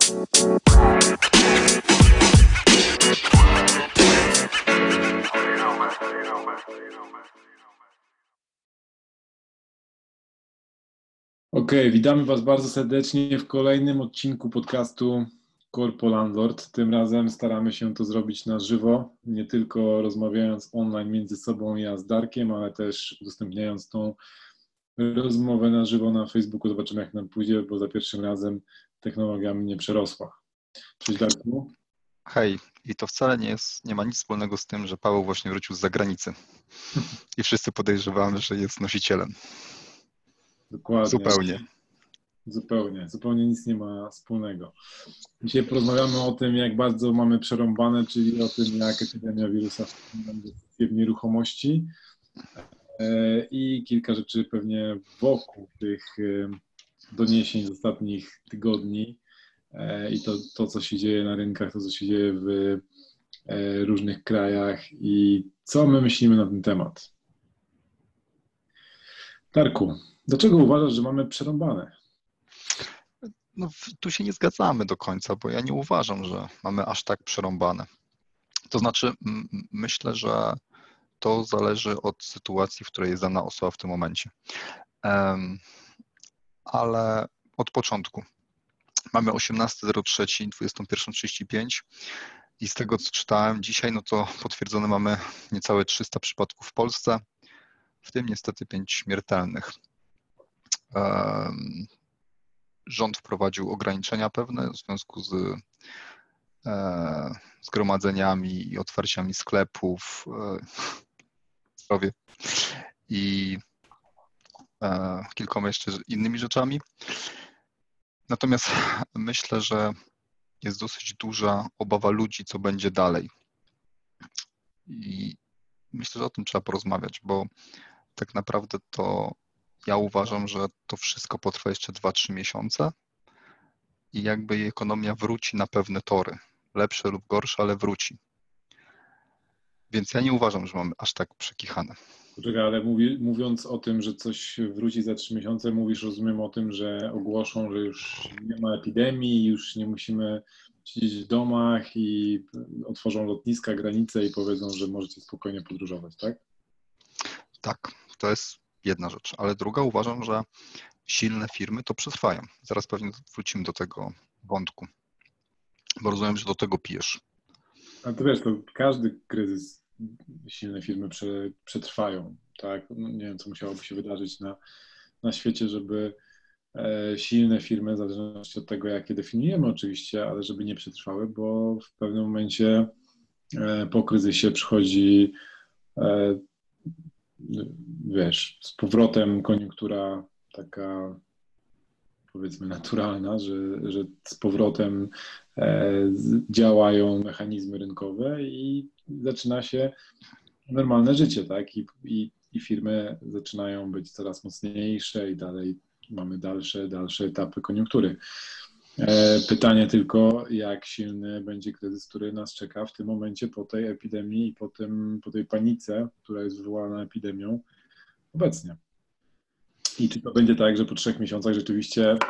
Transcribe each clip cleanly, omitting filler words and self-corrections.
Okej, witamy Was bardzo serdecznie w kolejnym odcinku podcastu Corpo Landlord. Tym razem staramy się to zrobić na żywo, nie tylko rozmawiając online między sobą ja z Darkiem, ale też udostępniając tą rozmowę na żywo na Facebooku. Zobaczymy, jak nam pójdzie, bo za pierwszym razem technologia mnie przerosła. Cześć Darku. Hej, i to wcale nie ma nic wspólnego z tym, że Paweł właśnie wrócił z zagranicy i wszyscy podejrzewamy, że jest nosicielem. Dokładnie. Zupełnie nic nie ma wspólnego. Dzisiaj porozmawiamy o tym, jak bardzo mamy przerąbane, czyli o tym, jak epidemia wirusa wpływa na inwestycje w nieruchomości i kilka rzeczy pewnie wokół tych doniesień z ostatnich tygodni i to, co się dzieje na rynkach, to, co się dzieje w różnych krajach i co my myślimy na ten temat. Darku, dlaczego uważasz, że mamy przerąbane? No, tu się nie zgadzamy do końca, bo ja nie uważam, że mamy aż tak przerąbane. To znaczy, myślę, że to zależy od sytuacji, w której jest dana osoba w tym momencie. Ale od początku. Mamy 18.03, 21.35 i z tego, co czytałem dzisiaj, no to potwierdzone mamy niecałe 300 przypadków w Polsce, w tym niestety 5 śmiertelnych. Rząd wprowadził ograniczenia pewne w związku z zgromadzeniami i otwarciami sklepów, zdrowie i kilkoma jeszcze innymi rzeczami. Natomiast myślę, że jest dosyć duża obawa ludzi, co będzie dalej. I myślę, że o tym trzeba porozmawiać, bo tak naprawdę to ja uważam, że to wszystko potrwa jeszcze 2-3 miesiące i jakby ekonomia wróci na pewne tory. Lepsze lub gorsze, ale wróci. Więc ja nie uważam, że mamy aż tak przekichane. Poczekaj, ale mówiąc o tym, że coś wróci za 3 miesiące, mówisz, rozumiem, o tym, że ogłoszą, że już nie ma epidemii, już nie musimy siedzieć w domach i otworzą lotniska, granice i powiedzą, że możecie spokojnie podróżować, tak? Tak, to jest jedna rzecz. Ale druga, uważam, że silne firmy to przetrwają. Zaraz pewnie wrócimy do tego wątku, bo rozumiem, że do tego pijesz. A to wiesz, to każdy kryzys silne firmy przetrwają, tak? No, nie wiem, co musiałoby się wydarzyć na świecie, żeby silne firmy, w zależności od tego, jak je definiujemy oczywiście, ale żeby nie przetrwały, bo w pewnym momencie po kryzysie przychodzi, wiesz, z powrotem koniunktura taka, powiedzmy, naturalna, że z powrotem działają mechanizmy rynkowe i zaczyna się normalne życie, tak? I firmy zaczynają być coraz mocniejsze i dalej mamy dalsze etapy koniunktury. Pytanie tylko, jak silny będzie kryzys, który nas czeka w tym momencie po tej epidemii i po tej panice, która jest wywołana epidemią obecnie. I czy to będzie tak, że po 3 miesiącach rzeczywiście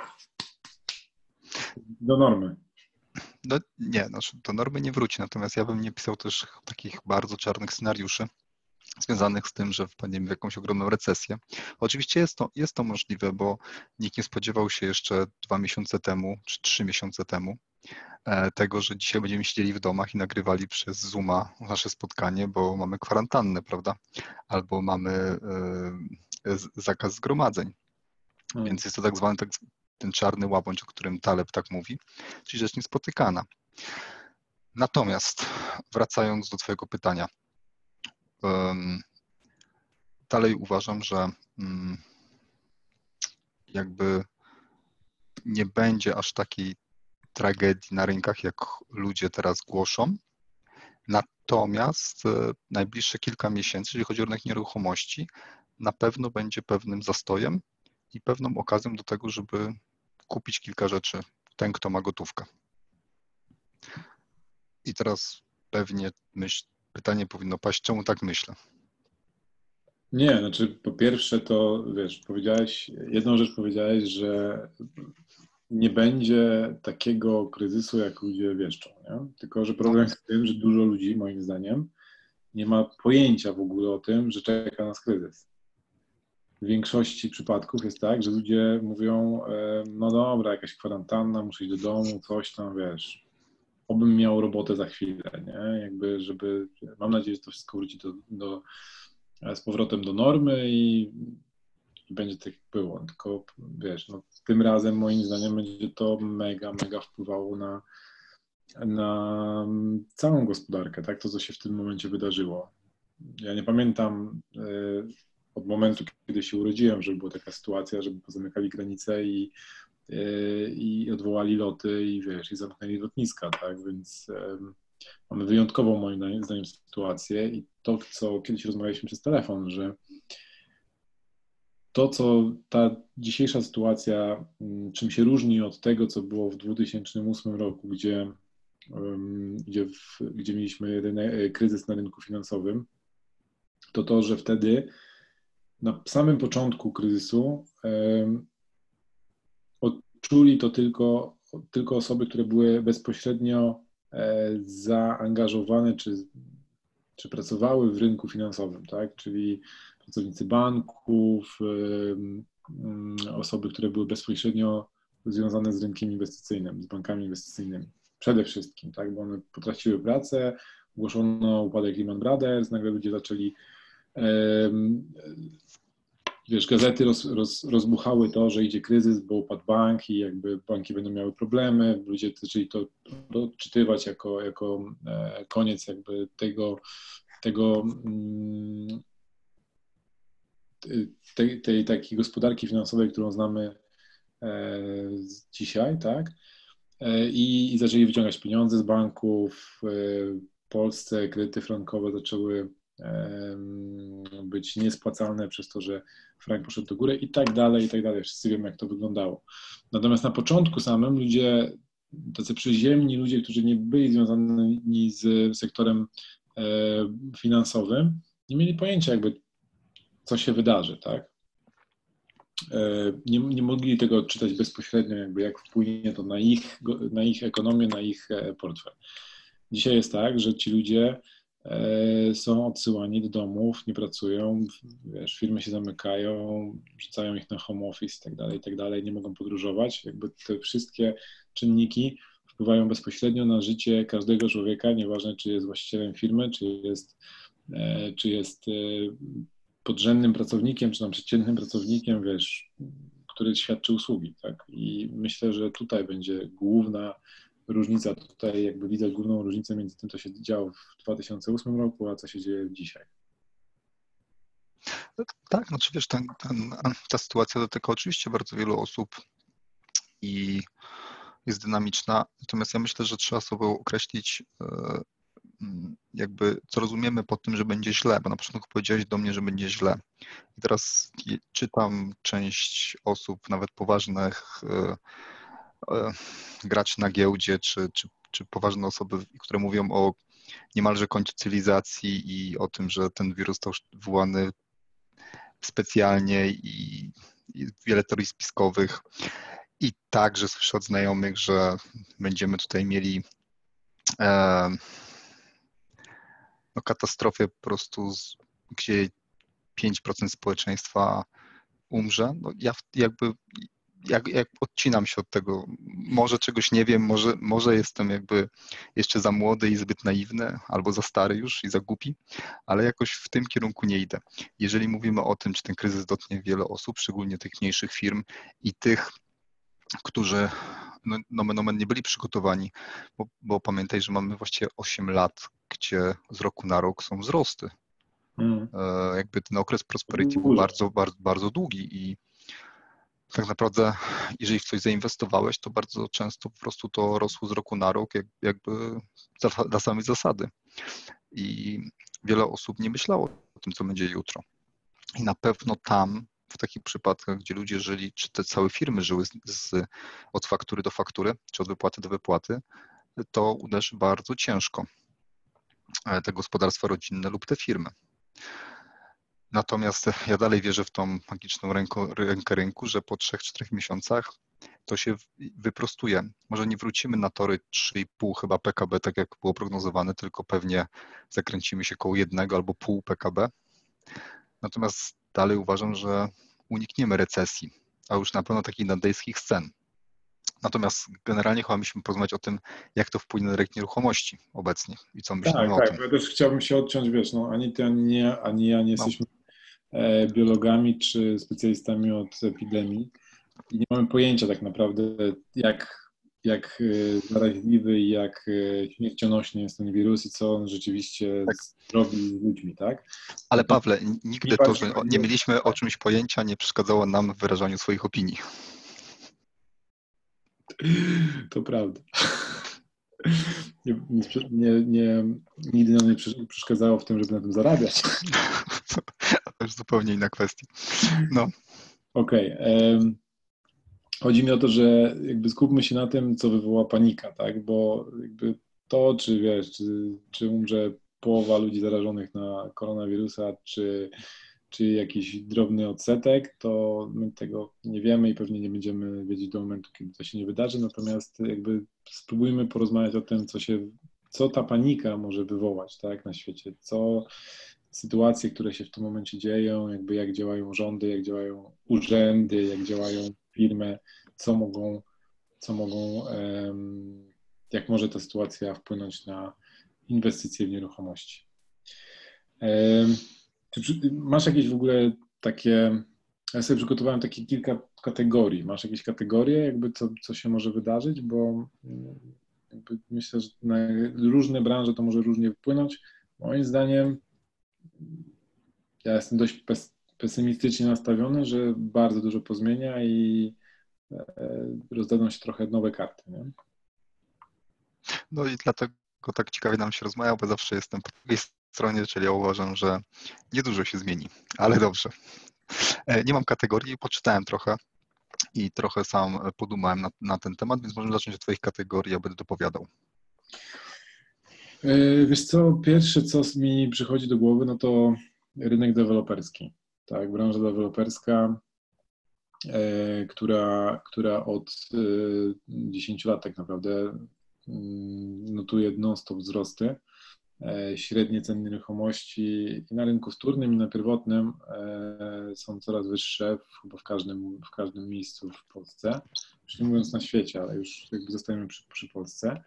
do normy? No nie, znaczy do normy nie wróci, natomiast ja bym nie pisał też takich bardzo czarnych scenariuszy związanych z tym, że wpadniemy w jakąś ogromną recesję. Oczywiście jest to możliwe, bo nikt nie spodziewał się jeszcze 2 miesiące temu, czy 3 miesiące temu tego, że dzisiaj będziemy siedzieli w domach i nagrywali przez Zooma nasze spotkanie, bo mamy kwarantannę, prawda? Albo mamy zakaz zgromadzeń. Więc jest to tak zwany ten czarny łabędź, o którym Taleb tak mówi, czyli rzecz niespotykana. Natomiast wracając do Twojego pytania, dalej uważam, że jakby nie będzie aż takiej tragedii na rynkach, jak ludzie teraz głoszą. Natomiast najbliższe kilka miesięcy, jeżeli chodzi o rynek nieruchomości, na pewno będzie pewnym zastojem i pewną okazją do tego, żeby kupić kilka rzeczy, ten, kto ma gotówkę. I teraz pewnie pytanie powinno paść, czemu tak myślę? Nie, znaczy po pierwsze to, wiesz, jedną rzecz powiedziałeś, że nie będzie takiego kryzysu, jak ludzie wieszczą, nie? Tylko że No, problem jest w tym, że dużo ludzi, moim zdaniem, nie ma pojęcia w ogóle o tym, że czeka nas kryzys. W większości przypadków jest tak, że ludzie mówią, no dobra, jakaś kwarantanna, muszę iść do domu, coś tam, wiesz, obym miał robotę za chwilę, nie? Jakby, żeby, mam nadzieję, że to wszystko wróci z powrotem do normy i będzie tak jak było, tylko wiesz, no, tym razem moim zdaniem będzie to mega, mega wpływało na całą gospodarkę, tak? To, co się w tym momencie wydarzyło. Ja nie pamiętam od momentu, kiedy się urodziłem, żeby była taka sytuacja, żeby pozamykali granice i odwołali loty i wiesz, i zamknęli lotniska, tak? Więc mamy wyjątkową moim zdaniem sytuację i to, co kiedyś rozmawialiśmy przez telefon, że to, co ta dzisiejsza sytuacja, czym się różni od tego, co było w 2008 roku, gdzie mieliśmy kryzys na rynku finansowym, to, że wtedy na samym początku kryzysu odczuli to tylko osoby, które były bezpośrednio zaangażowane czy pracowały w rynku finansowym, tak? Czyli pracownicy banków, osoby, które były bezpośrednio związane z rynkiem inwestycyjnym, z bankami inwestycyjnymi. Przede wszystkim, tak? Bo one potraciły pracę, ogłoszono upadek Lehman Brothers, nagle ludzie zaczęli wiesz, gazety rozbuchały to, że idzie kryzys, bo upadł bank i jakby banki będą miały problemy. Ludzie zaczęli to odczytywać jako koniec jakby tej takiej gospodarki finansowej, którą znamy dzisiaj, tak? I zaczęli wyciągać pieniądze z banków. W Polsce kredyty frankowe zaczęły być niespłacalne przez to, że frank poszedł do góry i tak dalej, i tak dalej. Wszyscy wiemy, jak to wyglądało. Natomiast na początku samym ludzie, tacy przyziemni ludzie, którzy nie byli związani z sektorem finansowym, nie mieli pojęcia jakby, co się wydarzy, tak? Nie mogli tego odczytać bezpośrednio, jakby jak wpłynie to na ich ekonomię, na ich portfel. Dzisiaj jest tak, że ci ludzie są odsyłani do domów, nie pracują, wiesz, firmy się zamykają, rzucają ich na home office i tak dalej, nie mogą podróżować. Jakby te wszystkie czynniki wpływają bezpośrednio na życie każdego człowieka, nieważne czy jest właścicielem firmy, czy jest podrzędnym pracownikiem, czy tam przeciętnym pracownikiem, wiesz, który świadczy usługi, tak? I myślę, że tutaj będzie główna różnica, tutaj jakby widać główną różnicę między tym, co się działo w 2008 roku, a co się dzieje dzisiaj. Tak, no czy wiesz, ta sytuacja dotyka oczywiście bardzo wielu osób i jest dynamiczna, natomiast ja myślę, że trzeba sobie określić jakby, co rozumiemy pod tym, że będzie źle, bo na początku powiedziałeś do mnie, że będzie źle. I teraz czytam część osób, nawet poważnych graczy na giełdzie, czy poważne osoby, które mówią o niemalże końcu cywilizacji i o tym, że ten wirus został wywołany specjalnie i wiele teorii spiskowych. I także słyszę od znajomych, że będziemy tutaj mieli katastrofę po prostu, gdzie 5% społeczeństwa umrze. No ja jak odcinam się od tego, może czegoś nie wiem, może jestem jakby jeszcze za młody i zbyt naiwny, albo za stary już i za głupi, ale jakoś w tym kierunku nie idę. Jeżeli mówimy o tym, czy ten kryzys dotknie wiele osób, szczególnie tych mniejszych firm i tych, którzy nomen omen nie byli przygotowani, bo pamiętaj, że mamy właściwie 8 lat, gdzie z roku na rok są wzrosty. Jakby ten okres prosperity był bardzo, bardzo, bardzo długi i tak naprawdę, jeżeli w coś zainwestowałeś, to bardzo często po prostu to rosło z roku na rok, jakby dla samej zasady. I wiele osób nie myślało o tym, co będzie jutro. I na pewno tam, w takich przypadkach, gdzie ludzie żyli, czy te całe firmy żyły od faktury do faktury, czy od wypłaty do wypłaty, to uderzy bardzo ciężko te gospodarstwa rodzinne lub te firmy. Natomiast ja dalej wierzę w tą magiczną rękę rynku, że po 3-4 miesiącach to się wyprostuje. Może nie wrócimy na tory 3,5 chyba PKB, tak jak było prognozowane, tylko pewnie zakręcimy się koło 1 albo pół PKB. Natomiast dalej uważam, że unikniemy recesji, a już na pewno takich nadejskich scen. Natomiast generalnie chyba mieliśmy porozmawiać o tym, jak to wpłynie na rynek nieruchomości obecnie i co myślimy o tym. Tak. Ja też chciałbym się odciąć, wiesz, no ani ty, ani ja nie jesteśmy biologami czy specjalistami od epidemii i nie mamy pojęcia tak naprawdę, jak zaraźliwy i jak śmiercionośny jest ten wirus i co on rzeczywiście robi z ludźmi, tak? Ale Pawle, nigdy to, że nie mieliśmy o czymś pojęcia, nie przeszkadzało nam w wyrażaniu swoich opinii. To prawda. Nigdy nam nie przeszkadzało w tym, żeby na tym zarabiać. To już zupełnie inna kwestia. No. Okej. Chodzi mi o to, że jakby skupmy się na tym, co wywoła panika, tak? Bo jakby to, czy wiesz, czy umrze połowa ludzi zarażonych na koronawirusa, czy jakiś drobny odsetek, to my tego nie wiemy i pewnie nie będziemy wiedzieć do momentu, kiedy to się nie wydarzy. Natomiast jakby spróbujmy porozmawiać o tym, co ta panika może wywołać, tak, na świecie, co sytuacje, które się w tym momencie dzieją, jakby jak działają rządy, jak działają urzędy, jak działają firmy, jak może ta sytuacja wpłynąć na inwestycje w nieruchomości. Czy masz jakieś w ogóle takie, ja sobie przygotowałem takie kilka kategorii, masz jakieś kategorie, jakby co się może wydarzyć, bo jakby myślę, że na różne branże to może różnie wpłynąć. Moim zdaniem ja jestem dość pesymistycznie nastawiony, że bardzo dużo pozmienia i rozdadzą się trochę nowe karty. Nie? No i dlatego tak ciekawie nam się rozmawia, bo zawsze jestem po drugiej stronie, czyli ja uważam, że niedużo się zmieni, ale dobrze. Nie mam kategorii, poczytałem trochę i trochę sam podumałem na ten temat, więc możemy zacząć od Twoich kategorii, ja będę dopowiadał. Wiesz co, pierwsze co mi przychodzi do głowy, no to rynek deweloperski, tak, branża deweloperska, która od 10 lat tak naprawdę notuje non-stop wzrosty. Średnie ceny nieruchomości i na rynku wtórnym i na pierwotnym są coraz wyższe chyba w każdym miejscu w Polsce, już nie mówiąc na świecie, ale już jakby zostajemy przy Polsce.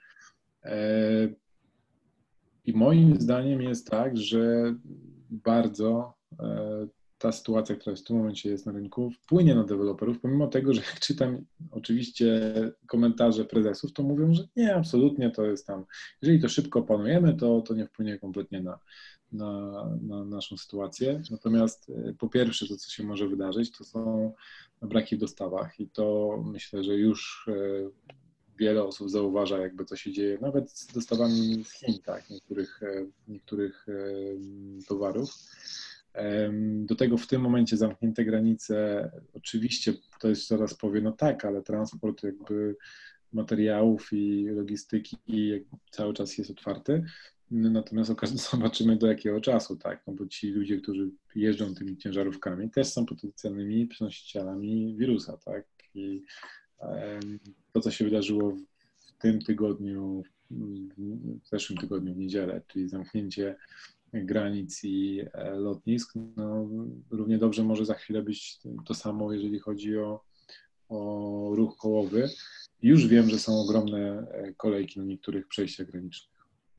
I moim zdaniem jest tak, że bardzo ta sytuacja, która w tym momencie jest na rynku, wpłynie na deweloperów, pomimo tego, że jak czytam oczywiście komentarze prezesów, to mówią, że nie, absolutnie to jest tam, jeżeli to szybko opanujemy, to nie wpłynie kompletnie na naszą sytuację. Natomiast po pierwsze to, co się może wydarzyć, to są braki w dostawach i to myślę, że już wiele osób zauważa, jakby co się dzieje, nawet z dostawami z Chin, tak, niektórych towarów. Do tego w tym momencie zamknięte granice, oczywiście ktoś zaraz powie, no tak, ale transport jakby materiałów i logistyki cały czas jest otwarty, natomiast zobaczymy do jakiego czasu, tak, no bo ci ludzie, którzy jeżdżą tymi ciężarówkami też są potencjalnymi przenosicielami wirusa, tak, i to, co się wydarzyło w tym tygodniu, w zeszłym tygodniu, w niedzielę, czyli zamknięcie granic i lotnisk, no, równie dobrze może za chwilę być to samo, jeżeli chodzi o ruch kołowy. Już wiem, że są ogromne kolejki na niektórych przejściach granicznych.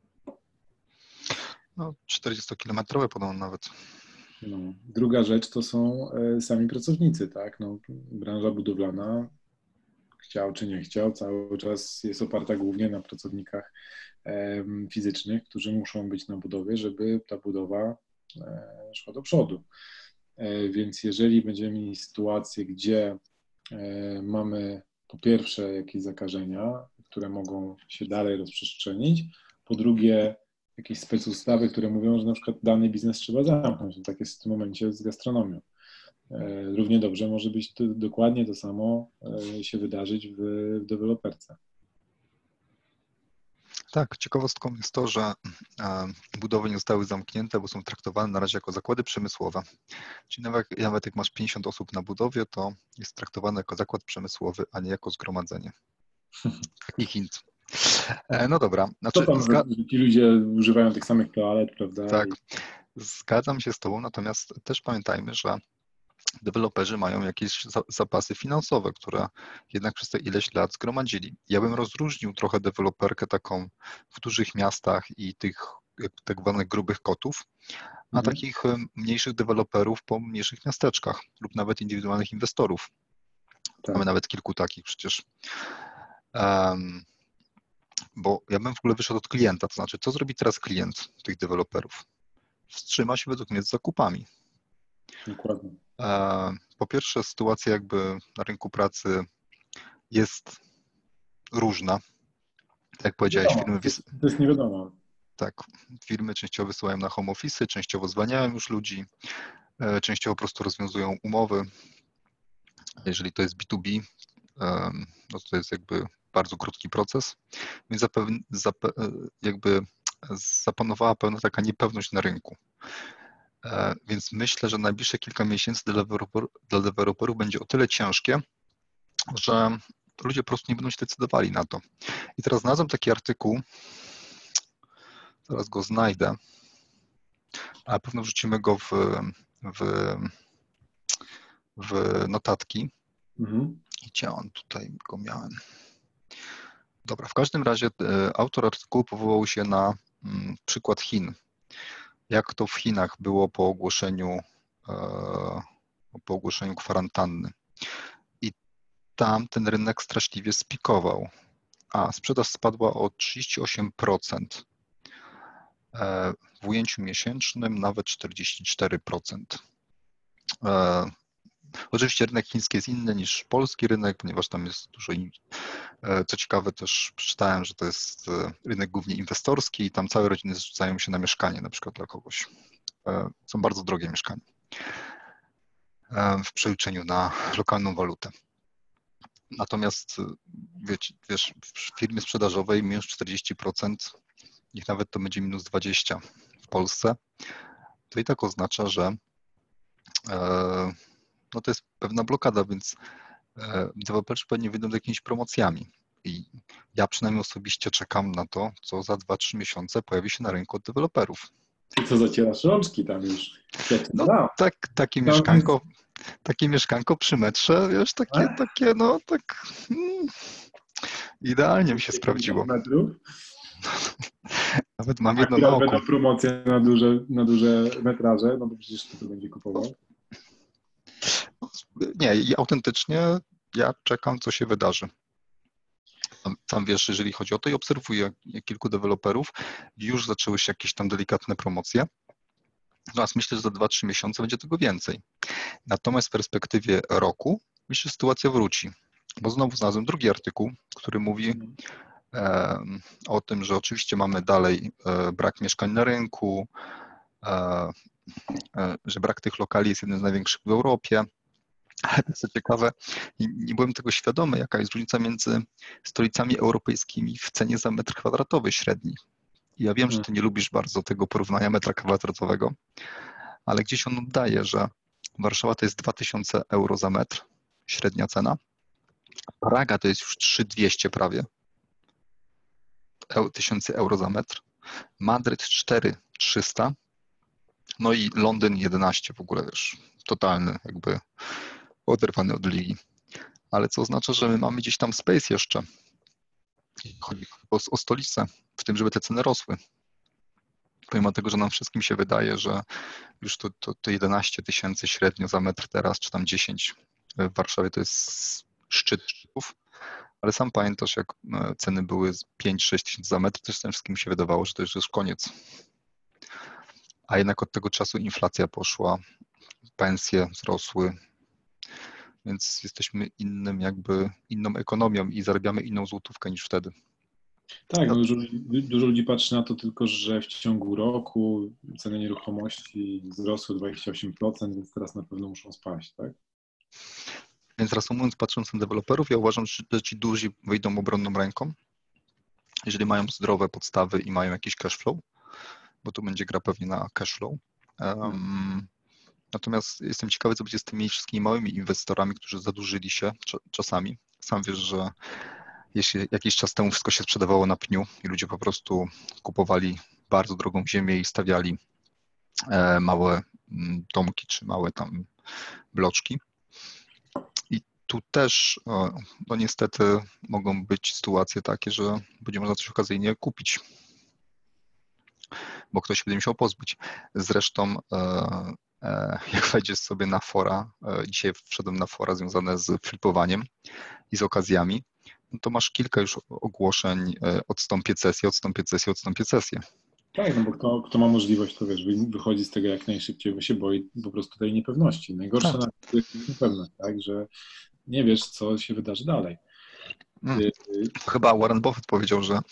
No, 40-kilometrowe podobno nawet. No. Druga rzecz to są sami pracownicy, tak? No, branża budowlana, chciał czy nie chciał, cały czas jest oparta głównie na pracownikach fizycznych, którzy muszą być na budowie, żeby ta budowa szła do przodu. Więc jeżeli będziemy mieli sytuację, gdzie mamy po pierwsze jakieś zakażenia, które mogą się dalej rozprzestrzenić, po drugie jakieś specustawy, które mówią, że na przykład dany biznes trzeba zamknąć. Tak jest w tym momencie z gastronomią. Równie dobrze może być dokładnie to samo się wydarzyć w deweloperce. Tak, ciekawostką jest to, że budowy nie zostały zamknięte, bo są traktowane na razie jako zakłady przemysłowe. Czyli nawet jak masz 50 osób na budowie, to jest traktowane jako zakład przemysłowy, a nie jako zgromadzenie. Taki hint. No dobra, Co znaczy tam, że ci ludzie używają tych samych toalet, prawda? tak, zgadzam się z Tobą, natomiast też pamiętajmy, że deweloperzy mają jakieś zapasy finansowe, które jednak przez te ileś lat zgromadzili. Ja bym rozróżnił trochę deweloperkę taką w dużych miastach i tych tak zwanych grubych kotów, a takich mniejszych deweloperów po mniejszych miasteczkach lub nawet indywidualnych inwestorów. Tak. Mamy nawet kilku takich przecież. Bo ja bym w ogóle wyszedł od klienta, to znaczy, co zrobi teraz klient tych deweloperów? Wstrzyma się według mnie z zakupami. Dokładnie. Po pierwsze, sytuacja jakby na rynku pracy jest różna. Tak jak powiedziałeś, Wiadomo, to jest nie wiadomo. Tak, firmy częściowo wysyłają na home office, częściowo zwalniają już ludzi, częściowo po prostu rozwiązują umowy. Jeżeli to jest B2B, no to jest jakby bardzo krótki proces, więc jakby zapanowała pewna taka niepewność na rynku. Więc myślę, że najbliższe kilka miesięcy dla deweloperów będzie o tyle ciężkie, że ludzie po prostu nie będą się decydowali na to. I teraz znalazłem taki artykuł, zaraz go znajdę, a pewno wrzucimy go w notatki. Gdzie on tutaj go miałem? Dobra, w każdym razie autor artykułu powołał się na przykład Chin. Jak to w Chinach było po ogłoszeniu kwarantanny. I tam ten rynek straszliwie spikował, a sprzedaż spadła o 38%. W ujęciu miesięcznym nawet 44%. Oczywiście rynek chiński jest inny niż polski rynek, ponieważ tam jest dużo, co ciekawe też przeczytałem, że to jest rynek głównie inwestorski i tam całe rodziny zrzucają się na mieszkanie na przykład dla kogoś. Są bardzo drogie mieszkania w przeliczeniu na lokalną walutę. Natomiast wiesz, w firmie sprzedażowej minus 40%, niech nawet to będzie minus 20% w Polsce, to i tak oznacza, że no to jest pewna blokada, więc deweloperzy pewnie wyjdą z jakimiś promocjami. I ja przynajmniej osobiście czekam na to, co za 2-3 miesiące pojawi się na rynku od deweloperów. Ty co zacierasz rączki tam już? No takie mieszkanko przy metrze, wiesz, takie no tak idealnie mi się sprawdziło. Nawet mam jedno na oku. Będą promocje na duże metraże, no bo przecież kto to będzie kupował? Nie, i autentycznie ja czekam, co się wydarzy. Tam wiesz, jeżeli chodzi o to i obserwuję kilku deweloperów, już zaczęły się jakieś tam delikatne promocje. Natomiast myślę, że za 2-3 miesiące będzie tego więcej. Natomiast w perspektywie roku myślę, że sytuacja wróci. Bo znowu znalazłem drugi artykuł, który mówi o tym, że oczywiście mamy dalej brak mieszkań na rynku, że brak tych lokali jest jednym z największych w Europie. Ale co ciekawe, nie byłem tego świadomy, jaka jest różnica między stolicami europejskimi w cenie za metr kwadratowy średni. I ja wiem, że ty nie lubisz bardzo tego porównania metra kwadratowego, ale gdzieś on oddaje, że Warszawa to jest 2000 euro za metr, średnia cena. Praga to jest już 3200 prawie tysięcy euro za metr. Madryt 4300, no i Londyn 11 w ogóle, wiesz, totalny jakby oderwany od ligi. Ale co oznacza, że my mamy gdzieś tam space jeszcze. Chodzi o stolicę, w tym, żeby te ceny rosły. Pomimo tego, że nam wszystkim się wydaje, że już to 11 tysięcy średnio za metr teraz, czy tam 10 w Warszawie to jest szczyt szczytów, ale sam pamiętasz, jak ceny były 5-6 tysięcy za metr, też tym wszystkim się wydawało, że to już jest koniec. A jednak od tego czasu inflacja poszła, pensje wzrosły, więc jesteśmy inną ekonomią i zarabiamy inną złotówkę niż wtedy. Tak, no dużo ludzi patrzy na to tylko, że w ciągu roku ceny nieruchomości wzrosły 28%, więc teraz na pewno muszą spaść, tak? Więc reasumując, patrząc na deweloperów, ja uważam, że ci duzi wyjdą obronną ręką, jeżeli mają zdrowe podstawy i mają jakiś cash flow, bo tu będzie gra pewnie na cash flow. Natomiast jestem ciekawy, co będzie z tymi wszystkimi małymi inwestorami, którzy zadłużyli się czasami. Sam wiesz, że jeśli jakiś czas temu wszystko się sprzedawało na pniu i ludzie po prostu kupowali bardzo drogą ziemię i stawiali małe domki czy małe tam bloczki. I tu też, no niestety mogą być sytuacje takie, że będzie można coś okazyjnie kupić, bo ktoś będzie musiał pozbyć. Zresztą jak wejdziesz sobie na fora, dzisiaj wszedłem na fora związane z flipowaniem i z okazjami, no to masz kilka już ogłoszeń, odstąpię cesję, odstąpię cesję, odstąpię cesję. Tak, no bo kto ma możliwość, to wiesz, wychodzi z tego jak najszybciej, bo się boi po prostu tej niepewności. Najgorsze Tak. na to jest niepewność, tak, że nie wiesz, co się wydarzy dalej. Chyba Warren Buffett powiedział, że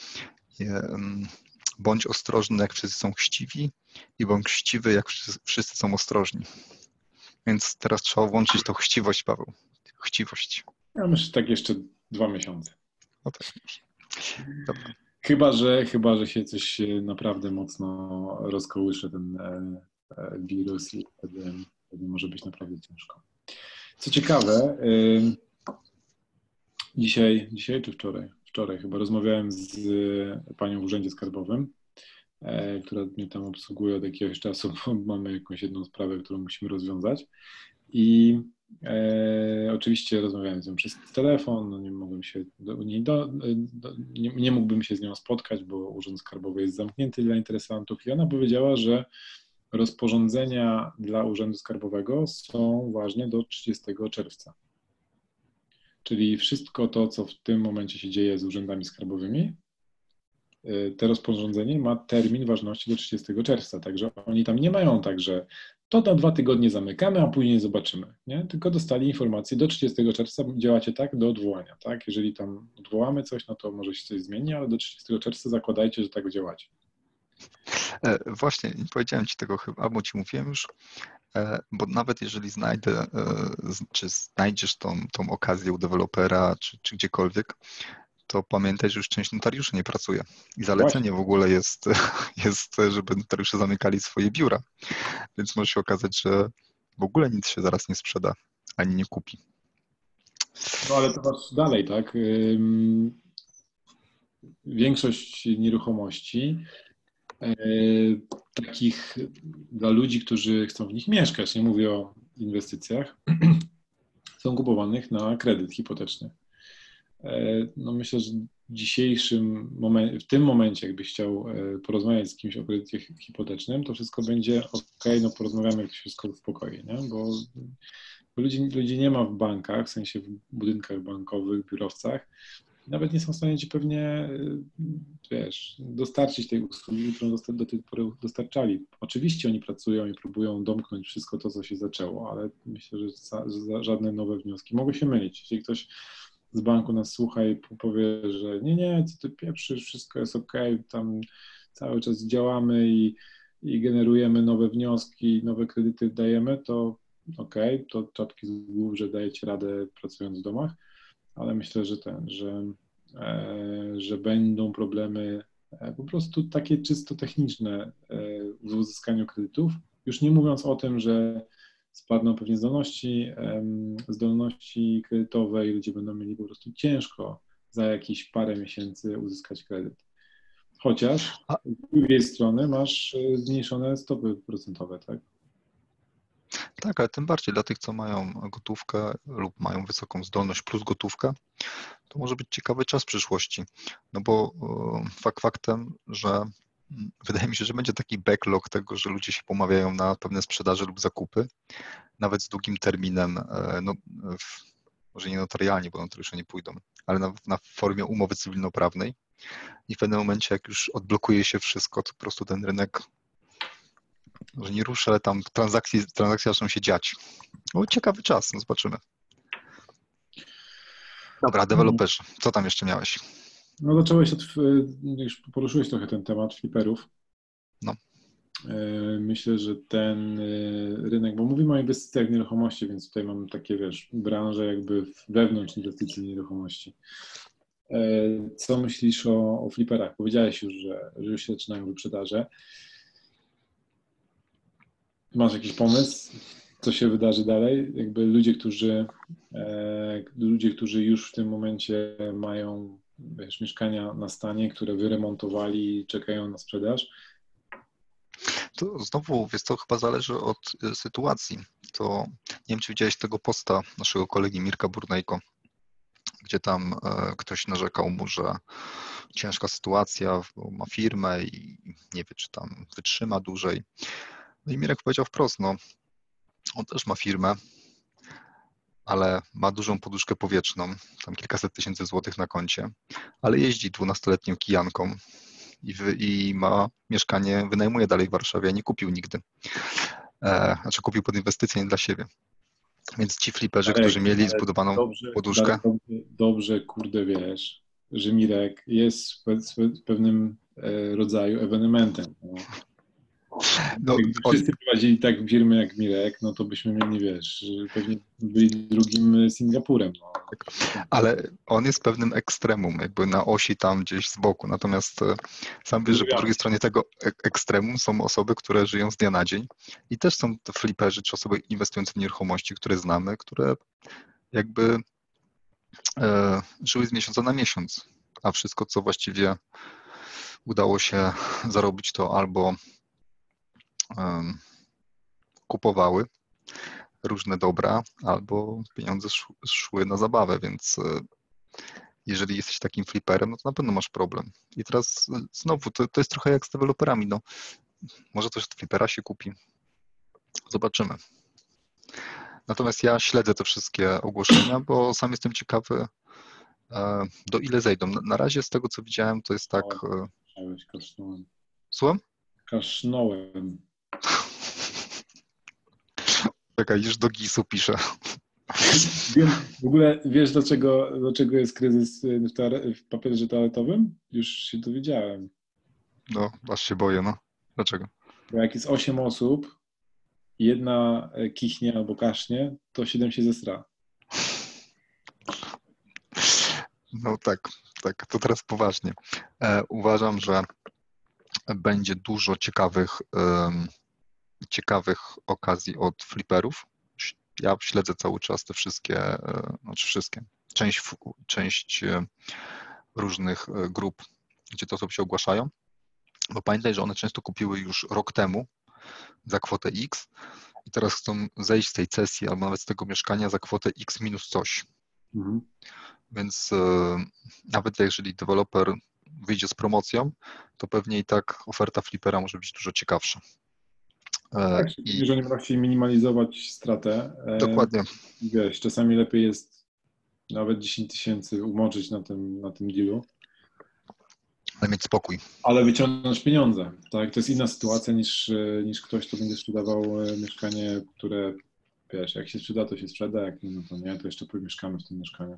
bądź ostrożny, jak wszyscy są chciwi i bądź chciwy, jak wszyscy są ostrożni. Więc teraz trzeba włączyć tą chciwość, Paweł. Chciwość. Ja myślę, tak jeszcze 2 miesiące. No tak. Dobra. Chyba, że się coś naprawdę mocno rozkołysze ten wirus i wtedy może być naprawdę ciężko. Co ciekawe, dzisiaj czy wczoraj? Wczoraj chyba rozmawiałem z panią w Urzędzie Skarbowym, która mnie tam obsługuje od jakiegoś czasu, bo mamy jakąś jedną sprawę, którą musimy rozwiązać. I oczywiście rozmawiałem z nią przez telefon, no nie mogłem się nie mógłbym się z nią spotkać, bo Urząd Skarbowy jest zamknięty dla interesantów i ona powiedziała, że rozporządzenia dla Urzędu Skarbowego są ważne do 30 czerwca. Czyli wszystko to, co w tym momencie się dzieje z urzędami skarbowymi, to rozporządzenie ma termin ważności do 30 czerwca, także oni tam nie mają tak, że to na 2 tygodnie zamykamy, a później zobaczymy, nie? Tylko dostali informację, do 30 czerwca działacie tak do odwołania, tak? Jeżeli tam odwołamy coś, no to może się coś zmieni, ale do 30 czerwca zakładajcie, że tak działacie. Właśnie, nie powiedziałem Ci tego chyba, albo Ci mówiłem już, bo nawet jeżeli znajdziesz tą okazję u dewelopera, czy gdziekolwiek, to pamiętaj, że już część notariuszy nie pracuje. I zalecenie w ogóle jest, żeby notariusze zamykali swoje biura. Więc może się okazać, że w ogóle nic się zaraz nie sprzeda, ani nie kupi. No ale to masz dalej, tak? Większość nieruchomości takich dla ludzi, którzy chcą w nich mieszkać, nie mówię o inwestycjach, są kupowanych na kredyt hipoteczny. No myślę, że w tym momencie, jakbyś chciał porozmawiać z kimś o kredycie hipotecznym, to wszystko będzie ok, no porozmawiamy, jak się wszystko uspokoi, nie? Bo ludzi nie ma w bankach, w sensie w budynkach bankowych, biurowcach, nawet nie są w stanie ci pewnie, wiesz, dostarczyć tej usługi, którą do tej pory dostarczali. Oczywiście oni pracują i próbują domknąć wszystko to, co się zaczęło, ale myślę, że żadne nowe wnioski. Mogą się mylić. Jeśli ktoś z banku nas słucha i powie, że nie, co ty pieprzysz, wszystko jest ok, tam cały czas działamy i generujemy nowe wnioski, nowe kredyty dajemy, to ok, to czapki z głów, że dajecie radę pracując w domach, ale myślę, że będą problemy po prostu takie czysto techniczne w uzyskaniu kredytów, już nie mówiąc o tym, że spadną pewnie zdolności kredytowe i ludzie będą mieli po prostu ciężko za jakieś parę miesięcy uzyskać kredyt. Chociaż z drugiej strony masz zmniejszone stopy procentowe, tak? Tak, ale tym bardziej dla tych, co mają gotówkę lub mają wysoką zdolność plus gotówkę, to może być ciekawy czas w przyszłości. No bo fakt faktem, że wydaje mi się, że będzie taki backlog tego, że ludzie się pomawiają na pewne sprzedaże lub zakupy, nawet z długim terminem, no, może nie notarialnie, bo notariusze nie pójdą, ale na formie umowy cywilnoprawnej i w pewnym momencie, jak już odblokuje się wszystko, to po prostu ten rynek może nie ruszy, ale tam transakcje zaczną się dziać. O, ciekawy czas, no zobaczymy. Dobra, deweloperzy, co tam jeszcze miałeś? No zacząłeś już poruszyłeś trochę ten temat fliperów. No. Myślę, że ten rynek, bo mówimy o inwestycjach w nieruchomości, więc tutaj mam takie, wiesz, branże jakby wewnątrz inwestycji w nieruchomości. Co myślisz o fliperach? Powiedziałeś już, że już się zaczynają wyprzedaże. Masz jakiś pomysł, co się wydarzy dalej? Jakby ludzie, którzy już w tym momencie mają, wiesz, mieszkania na stanie, które wyremontowali i czekają na sprzedaż. To znowu, wiesz co, chyba zależy od sytuacji. To nie wiem, czy widziałeś tego posta naszego kolegi Mirka Burnejko, gdzie tam ktoś narzekał mu, że ciężka sytuacja, bo ma firmę i nie wie, czy tam wytrzyma dłużej. No i Mirek powiedział wprost, no, on też ma firmę, ale ma dużą poduszkę powietrzną, tam kilkaset tysięcy złotych na koncie, ale jeździ 12-letnią kijanką i ma mieszkanie, wynajmuje dalej w Warszawie, a nie kupił nigdy. Znaczy kupił pod inwestycję, nie dla siebie. Więc ci fliperzy, którzy mieli zbudowaną poduszkę. Dobrze, kurde, wiesz, że Mirek jest pewnym rodzaju ewenementem. No. No, Jakby wszyscy prowadzili tak firmy jak Mirek, no to byśmy mieli, wiesz, pewnie byli drugim Singapurem. No. Ale on jest pewnym ekstremum, jakby na osi tam gdzieś z boku. Natomiast sam wiesz, że po drugiej stronie tego ekstremum są osoby, które żyją z dnia na dzień i też są to fliperzy, czy osoby inwestujące w nieruchomości, które znamy, które jakby żyły z miesiąca na miesiąc, a wszystko, co właściwie udało się zarobić, to albo kupowały różne dobra, albo pieniądze szły na zabawę, więc jeżeli jesteś takim fliperem, no to na pewno masz problem. I teraz znowu, to jest trochę jak z deweloperami, no może coś od flipera się kupi, zobaczymy. Natomiast ja śledzę te wszystkie ogłoszenia, bo sam jestem ciekawy, do ile zejdą. Na razie z tego, co widziałem, to jest tak... Kasznąłem. Słucham? Kasznąłem. Czekaj, już do GIS-u piszę. W ogóle wiesz, dlaczego jest kryzys w papierze toaletowym? Już się dowiedziałem. No, aż się boję, no. Dlaczego? Bo jak jest 8 osób, jedna kichnie albo kasznie, to 7 się zestra. No tak, to teraz poważnie. Uważam, że będzie dużo ciekawych okazji od fliperów. Ja śledzę cały czas te wszystkie, część różnych grup, gdzie te osoby się ogłaszają, bo pamiętaj, że one często kupiły już rok temu za kwotę X i teraz chcą zejść z tej cesji albo nawet z tego mieszkania za kwotę X minus coś. Mhm. Więc nawet jeżeli deweloper wyjdzie z promocją, to pewnie i tak oferta flipera może być dużo ciekawsza. Tak, że nie będą chcieli minimalizować stratę. Dokładnie. Wiesz, czasami lepiej jest nawet 10 tysięcy umoczyć na tym dealu. Ale mieć spokój. Ale wyciągnąć pieniądze, tak? To jest inna sytuacja niż ktoś, kto będzie sprzedawał mieszkanie, które, wiesz, jak się sprzeda, to się sprzeda, jak nie, no to nie, to jeszcze pomieszkamy w tym mieszkaniu.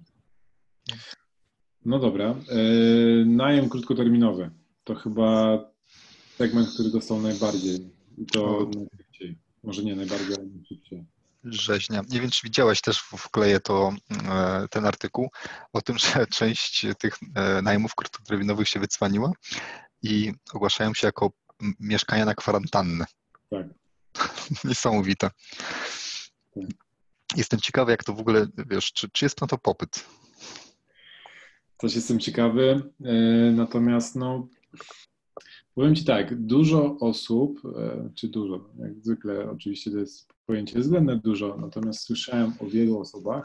No dobra. Najem krótkoterminowy. To chyba segment, który dostał najbardziej. I to najszybciej. Może nie najbardziej, ale najszybciej. Rzeźnia. Nie wiem, czy widziałeś, też wkleję ten artykuł o tym, że część tych najmów krótkoterminowych się wycwaniła i ogłaszają się jako mieszkania na kwarantannę. Tak. Niesamowite. Tak. Jestem ciekawy, jak to w ogóle, wiesz, czy jest na to popyt? Też jestem ciekawy, natomiast no, powiem Ci tak, dużo osób, czy dużo, jak zwykle oczywiście to jest pojęcie względne dużo, natomiast słyszałem o wielu osobach,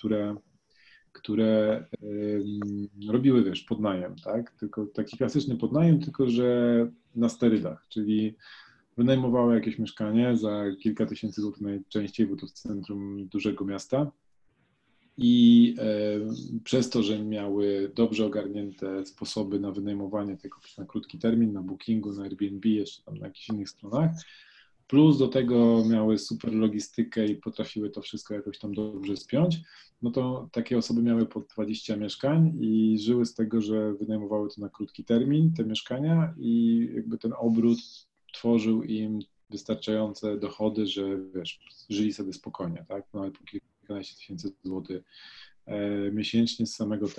które robiły, wiesz, podnajem, tak? Tylko taki klasyczny podnajem, tylko że na sterydach, czyli wynajmowały jakieś mieszkanie za kilka tysięcy złotych najczęściej, bo to w centrum dużego miasta. I przez to, że miały dobrze ogarnięte sposoby na wynajmowanie tego na krótki termin, na Bookingu, na Airbnb, jeszcze tam na jakichś innych stronach, plus do tego miały super logistykę i potrafiły to wszystko jakoś tam dobrze spiąć, no to takie osoby miały po 20 mieszkań i żyły z tego, że wynajmowały to na krótki termin, te mieszkania, i jakby ten obrót tworzył im wystarczające dochody, że wiesz, żyli sobie spokojnie, tak? Nawet po kilkanaście tysięcy złotych miesięcznie z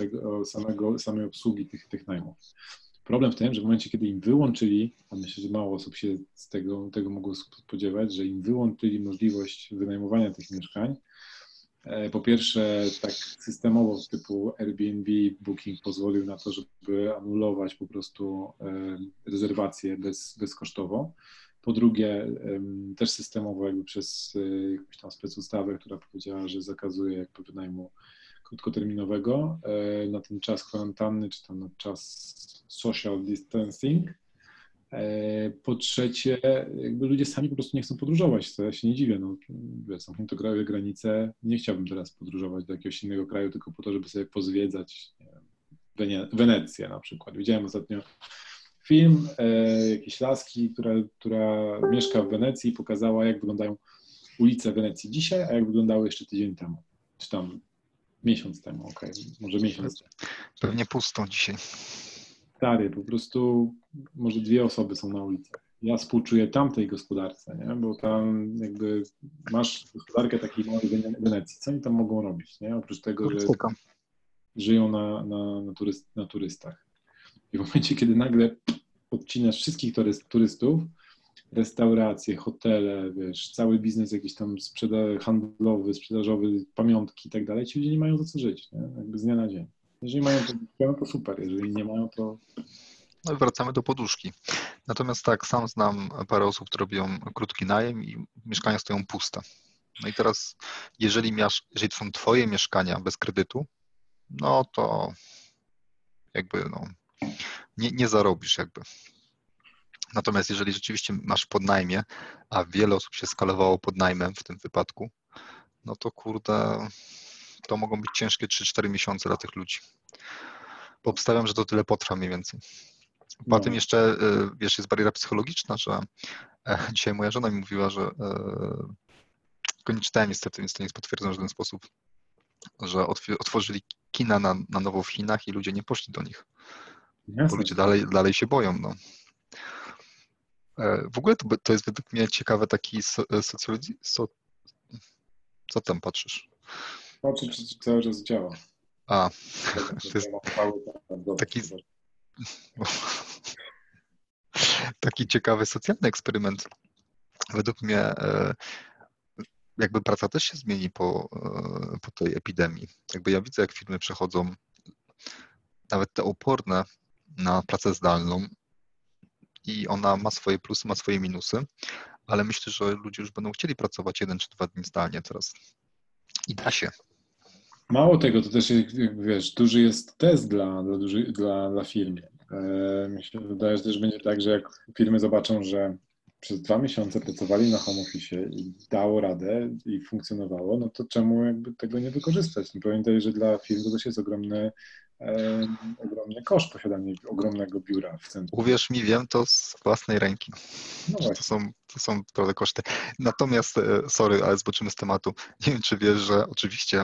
samej obsługi tych najmów. Problem w tym, że w momencie, kiedy im wyłączyli, a myślę, że mało osób się z tego mogło spodziewać, że im wyłączyli możliwość wynajmowania tych mieszkań, po pierwsze tak systemowo typu Airbnb, Booking pozwolił na to, żeby anulować po prostu rezerwacje bezkosztowo. Po drugie, też systemowo jakby przez jakąś tam specustawę, która powiedziała, że zakazuje jakby wynajmu krótkoterminowego na ten czas kwarantanny, czy tam na czas social distancing. Po trzecie, jakby ludzie sami po prostu nie chcą podróżować, co ja się nie dziwię. No, zamknięto granice, nie chciałbym teraz podróżować do jakiegoś innego kraju tylko po to, żeby sobie pozwiedzać, nie wiem, Wenecję na przykład. Widziałem ostatnio film jakiejś laski, która mieszka w Wenecji i pokazała, jak wyglądają ulice Wenecji dzisiaj, a jak wyglądały jeszcze tydzień temu, czy tam miesiąc temu, może miesiąc temu. Pewnie pusto dzisiaj. Stary, po prostu może 2 osoby są na ulicy. Ja współczuję tamtej gospodarce, nie? Bo tam jakby masz gospodarkę takiej małej Wenecji. Co oni tam mogą robić, nie? Oprócz tego, że żyją na turystach. I w momencie, kiedy nagle odcinasz wszystkich turystów, restauracje, hotele, wiesz, cały biznes jakiś tam handlowy, sprzedażowy, pamiątki i tak dalej, ci ludzie nie mają za co żyć, nie? Jakby z dnia na dzień. Jeżeli mają to super, jeżeli nie mają to... No i wracamy do poduszki. Natomiast tak, sam znam parę osób, które robią krótki najem i mieszkania stoją puste. No i teraz, jeżeli to są twoje mieszkania bez kredytu, no to jakby nie zarobisz jakby. Natomiast jeżeli rzeczywiście masz podnajmie, a wiele osób się skalowało podnajmem w tym wypadku, no to kurde, to mogą być ciężkie 3-4 miesiące dla tych ludzi. Bo obstawiam, że to tyle potrwa mniej więcej. Po tym jeszcze, wiesz, jest bariera psychologiczna, że dzisiaj moja żona mi mówiła, że tylko nie czytałem niestety, więc to nie jest potwierdzone w żaden sposób, że otworzyli kina na nowo w Chinach i ludzie nie poszli do nich. Jasne. Bo ludzie dalej się boją. No. W ogóle to jest według mnie ciekawy taki co tam patrzysz? Patrzę, czy cały czas działa. A, to jest taki ciekawy socjalny eksperyment. Według mnie jakby praca też się zmieni po tej epidemii. Jakby ja widzę, jak firmy przechodzą, nawet te oporne, na pracę zdalną i ona ma swoje plusy, ma swoje minusy, ale myślę, że ludzie już będą chcieli pracować 1 czy 2 dni zdalnie teraz. I da się. Mało tego, to też wiesz, duży jest test dla firm. Mi się wydaje, że też będzie tak, że jak firmy zobaczą, że przez 2 miesiące pracowali na home office i dało radę i funkcjonowało, no to czemu jakby tego nie wykorzystać? No pamiętaj, że dla firm to też jest ogromny koszt posiadanie ogromnego biura w centrum. Uwierz mi, wiem to z własnej ręki. No to są naprawdę koszty. Natomiast, sorry, ale zboczymy z tematu. Nie wiem, czy wiesz, że oczywiście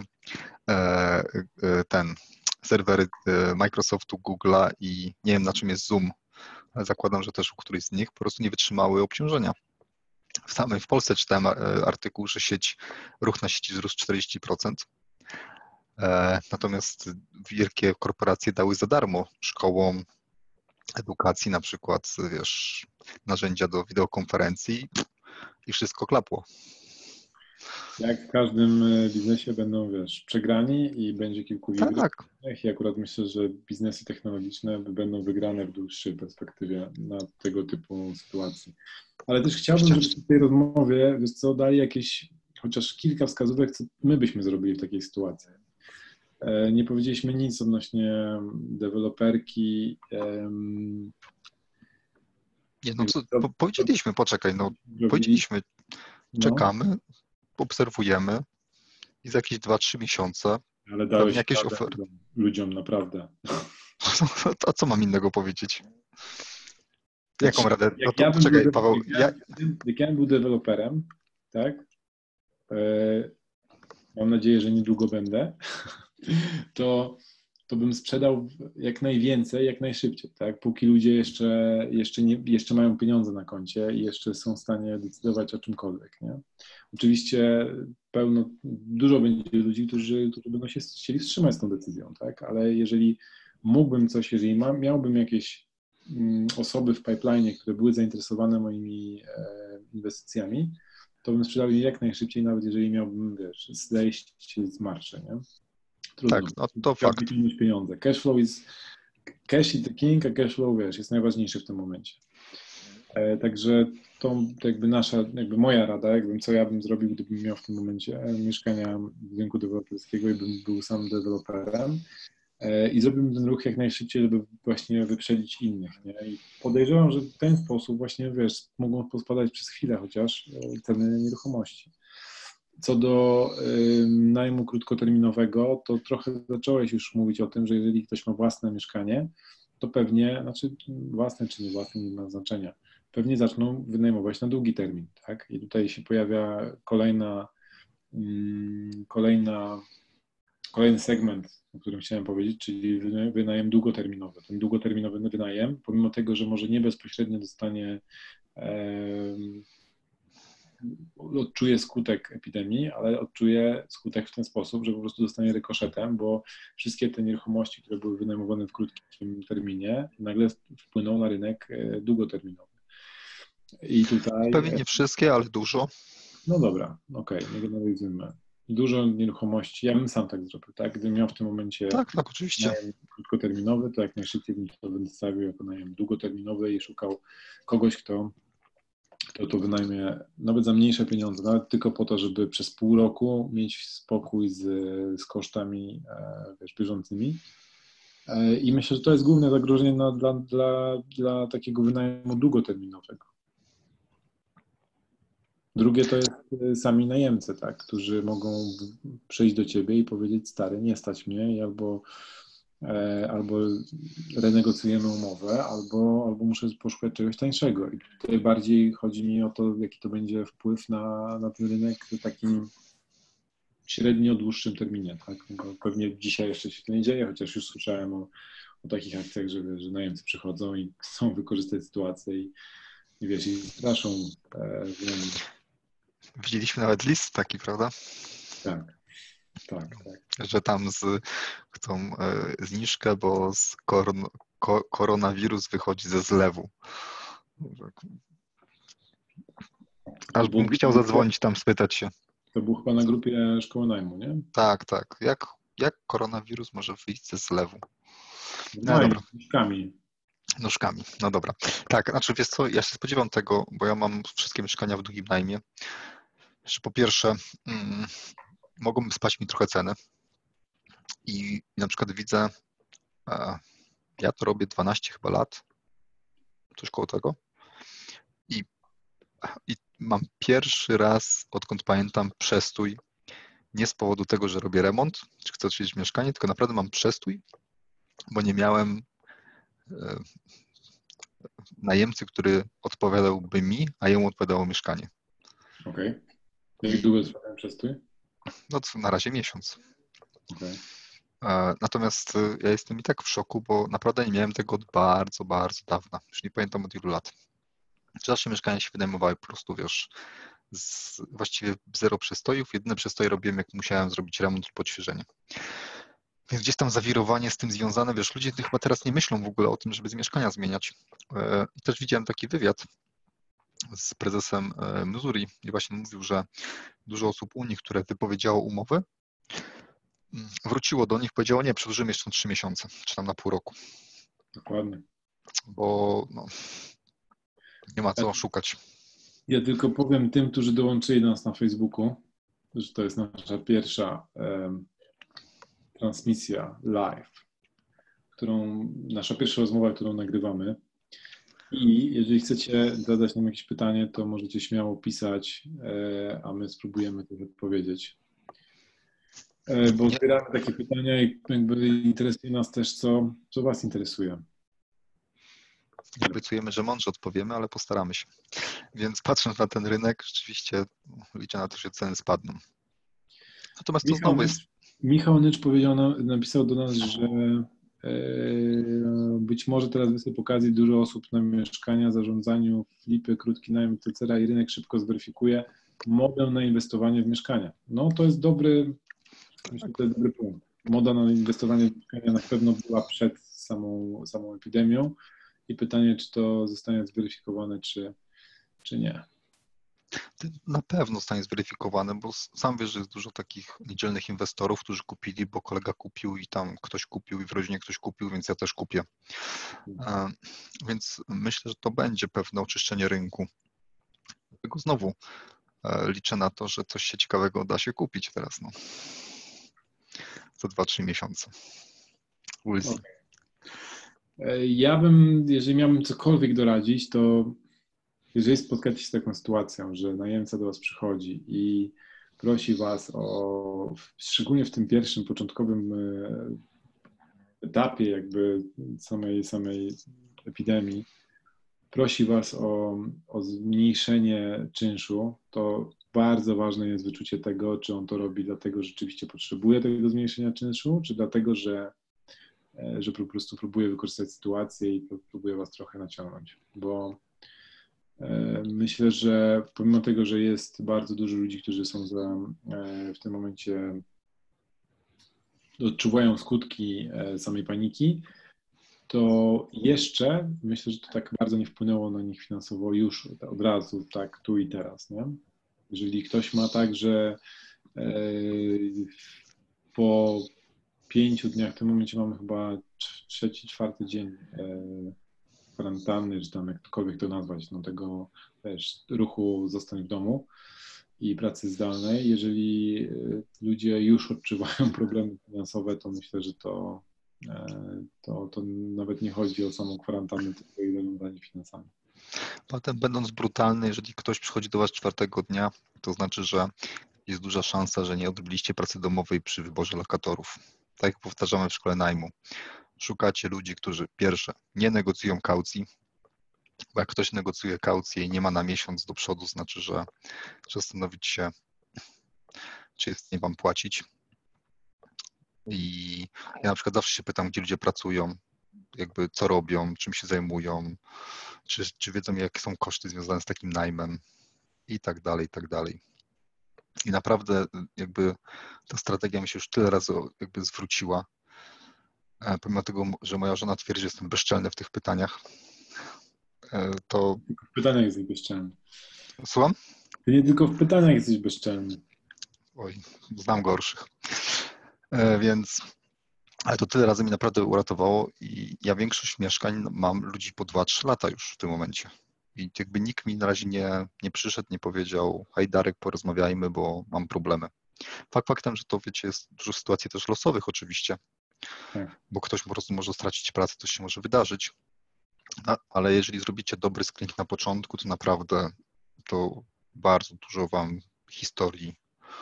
serwery Microsoftu, Google'a i nie wiem, na czym jest Zoom, ale zakładam, że też u którejś z nich po prostu nie wytrzymały obciążenia. W Polsce czytałem artykuł, że ruch na sieci wzrósł 40%. Natomiast wielkie korporacje dały za darmo szkołom edukacji, na przykład, wiesz, narzędzia do wideokonferencji i wszystko klapło. Jak w każdym biznesie będą, wiesz, przegrani i będzie kilku tak. I akurat myślę, że biznesy technologiczne będą wygrane w dłuższej perspektywie na tego typu sytuacji. Ale też chciałbym, żebyśmy w tej rozmowie, wiesz co, dali jakieś chociaż kilka wskazówek, co my byśmy zrobili w takiej sytuacji. Nie powiedzieliśmy nic odnośnie deweloperki. Powiedzieliśmy, poczekaj, powiedzieliśmy, czekamy, obserwujemy i za jakieś 2-3 miesiące ale dałeś jakieś oferty. Ludziom, naprawdę. A co mam innego powiedzieć? Jaką radę? Czekaj, Paweł. Jak ja bym był deweloperem, tak? Mam nadzieję, że niedługo będę, to to bym sprzedał jak najwięcej, jak najszybciej, tak? Póki ludzie jeszcze mają pieniądze na koncie i jeszcze są w stanie decydować o czymkolwiek, nie? Oczywiście dużo będzie ludzi, którzy będą się chcieli wstrzymać z tą decyzją, tak? Ale jeżeli mógłbym coś, jeżeli miałbym jakieś osoby w pipeline, które były zainteresowane moimi inwestycjami, to bym sprzedał je jak najszybciej, nawet jeżeli miałbym, zejść z marży, nie? Trudno. Tak, no to fakt. Wyciągnąć pieniądze. Cash is the king, a cash flow, jest najważniejszy w tym momencie. Także to jakby moja rada, co ja bym zrobił, gdybym miał w tym momencie mieszkania w rynku deweloperskiego i bym był sam deweloperem i zrobiłbym ten ruch jak najszybciej, żeby właśnie wyprzedzić innych, nie? I podejrzewam, że w ten sposób właśnie, mogą pospadać przez chwilę chociaż ceny nieruchomości. Co do najmu krótkoterminowego, to trochę zacząłeś już mówić o tym, że jeżeli ktoś ma własne mieszkanie, to pewnie, własne czy nie własne, nie ma znaczenia, pewnie zaczną wynajmować na długi termin, tak? I tutaj się pojawia kolejny segment, o którym chciałem powiedzieć, czyli wynajem długoterminowy. Ten długoterminowy wynajem, pomimo tego, że może nie bezpośrednio odczuje skutek epidemii, ale odczuje skutek w ten sposób, że po prostu dostanie rykoszetem, bo wszystkie te nieruchomości, które były wynajmowane w krótkim terminie, nagle wpłyną na rynek długoterminowy. I tutaj... Pewnie nie wszystkie, ale dużo. No dobra, okej, nie generalizujmy. Dużo nieruchomości, ja bym sam tak zrobił, tak? Gdybym miał w tym momencie tak, oczywiście. najem krótkoterminowy, to jak najszybciej bym to wystawił jako najem długoterminowy i szukał kogoś, kto to wynajmie nawet za mniejsze pieniądze, nawet tylko po to, żeby przez pół roku mieć spokój z kosztami bieżącymi. I myślę, że to jest główne zagrożenie dla takiego wynajmu długoterminowego. Drugie to jest sami najemcy, tak, którzy mogą przyjść do ciebie i powiedzieć: stary, nie stać mnie, i albo renegocjujemy umowę, albo muszę poszukać czegoś tańszego. I tutaj bardziej chodzi mi o to, jaki to będzie wpływ na ten rynek w takim średnio dłuższym terminie, tak? Bo pewnie dzisiaj jeszcze się to nie dzieje, chociaż już słyszałem o takich akcjach, że najemcy przychodzą i chcą wykorzystać sytuację i straszą. Widzieliśmy nawet list taki, prawda? Tak. Że tam chcą zniżkę, bo koronawirus wychodzi ze zlewu. Aż bym chciał zadzwonić tam, spytać się. To był chyba na grupie Szkoły Najmu, nie? Tak. Jak koronawirus może wyjść ze zlewu? No dobra. Nóżkami, no dobra. Tak, znaczy wiesz co, ja się spodziewam tego, bo ja mam wszystkie mieszkania w długim najmie, że po pierwsze mogą spać mi trochę ceny i na przykład widzę, ja to robię 12 chyba lat, coś koło tego i mam pierwszy raz, odkąd pamiętam, przestój, nie z powodu tego, że robię remont, czy chcę odświeżyć mieszkanie, tylko naprawdę mam przestój, bo nie miałem najemcy, który odpowiadałby mi, a jemu odpowiadało mieszkanie. Okej. Jak długo trwa przestój? No to na razie miesiąc. Okay. Natomiast ja jestem i tak w szoku, bo naprawdę nie miałem tego od bardzo, bardzo dawna. Już nie pamiętam od ilu lat. Zawsze mieszkania się wynajmowały po prostu, właściwie zero przestojów. Jedyne przestoje robiłem, jak musiałem zrobić remont lub odświeżenie. Więc gdzieś tam zawirowanie z tym związane, ludzie chyba teraz nie myślą w ogóle o tym, żeby z mieszkania zmieniać. Też widziałem taki wywiad z prezesem Missouri i właśnie mówił, że dużo osób u nich, które wypowiedziało umowy, wróciło do nich, powiedziało: nie, przedłużymy jeszcze na 3 miesiące, czy tam na pół roku. Dokładnie. Bo nie ma co szukać. Ja tylko powiem tym, którzy dołączyli do nas na Facebooku, że to jest nasza pierwsza transmisja live, nasza pierwsza rozmowa, którą nagrywamy. I jeżeli chcecie zadać nam jakieś pytanie, to możecie śmiało pisać, a my spróbujemy też odpowiedzieć. Bo zbieramy takie pytania i jakby interesuje nas też, co Was interesuje. Nie obiecujemy, że mądrze odpowiemy, ale postaramy się. Więc patrząc na ten rynek, rzeczywiście liczę na to, że ceny spadną. Natomiast to znowu jest... Michał Nycz napisał do nas, że być może teraz wysyp okazji dużo osób na mieszkania, zarządzaniu, flipy, krótki najem, etc. i rynek szybko zweryfikuje modę na inwestowanie w mieszkania. No to jest myślę, że to jest dobry punkt. Moda na inwestowanie w mieszkania na pewno była przed samą epidemią i pytanie, czy to zostanie zweryfikowane, czy nie. Na pewno zostanie zweryfikowane, bo sam wiesz, że jest dużo takich niedzielnych inwestorów, którzy kupili, bo kolega kupił i tam ktoś kupił i w rodzinie ktoś kupił, więc ja też kupię. Więc myślę, że to będzie pewne oczyszczenie rynku. Dlatego znowu liczę na to, że coś się ciekawego da się kupić teraz. No. Za 2-3 miesiące. We'll see. Ja jeżeli miałbym cokolwiek doradzić, to jeżeli spotkacie się z taką sytuacją, że najemca do Was przychodzi i prosi Was szczególnie w tym pierwszym, początkowym etapie jakby samej epidemii, prosi Was o zmniejszenie czynszu, to bardzo ważne jest wyczucie tego, czy on to robi dlatego, że rzeczywiście potrzebuje tego zmniejszenia czynszu, czy dlatego, że po prostu próbuje wykorzystać sytuację i próbuje Was trochę naciągnąć, bo myślę, że pomimo tego, że jest bardzo dużo ludzi, którzy są w tym momencie odczuwają skutki samej paniki, to jeszcze myślę, że to tak bardzo nie wpłynęło na nich finansowo już od razu, tak tu i teraz, nie? Jeżeli ktoś ma tak, że po 5 dniach, w tym momencie mamy chyba 3-4 dzień kwarantanny, czy tam jakkolwiek to nazwać, no tego ruchu zostań w domu i pracy zdalnej. Jeżeli ludzie już odczuwają problemy finansowe, to myślę, że to nawet nie chodzi o samą kwarantannę, tylko i zarządzanie finansami. Potem będąc brutalny, jeżeli ktoś przychodzi do Was 4 dnia, to znaczy, że jest duża szansa, że nie odbyliście pracy domowej przy wyborze lokatorów. Tak jak powtarzamy w szkole najmu. Szukacie ludzi, którzy pierwsze nie negocjują kaucji, bo jak ktoś negocjuje kaucję i nie ma na miesiąc do przodu, znaczy, że zastanowić się, czy jest w stanie Wam płacić. I ja na przykład zawsze się pytam, gdzie ludzie pracują, jakby co robią, czym się zajmują, czy wiedzą, jakie są koszty związane z takim najmem i tak dalej, i tak dalej. I naprawdę jakby ta strategia mi się już tyle razy jakby zwróciła, pomimo tego, że moja żona twierdzi, że jestem bezczelny w tych pytaniach, to... W pytaniach jesteś bezczelny. Słucham? Ty nie tylko w pytaniach jesteś bezczelny. Oj, znam gorszych. Więc... Ale to tyle razy mi naprawdę uratowało i ja większość mieszkań mam ludzi po 2-3 lata już w tym momencie. I jakby nikt mi na razie nie przyszedł, nie powiedział: hej Darek, porozmawiajmy, bo mam problemy. Faktem, że to wiecie, jest dużo sytuacji też losowych oczywiście, Tak. bo ktoś po prostu może stracić pracę, to się może wydarzyć. Ale jeżeli zrobicie dobry screening na początku, to naprawdę to bardzo dużo Wam historii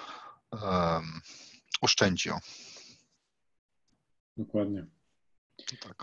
oszczędzi. Dokładnie. Tak.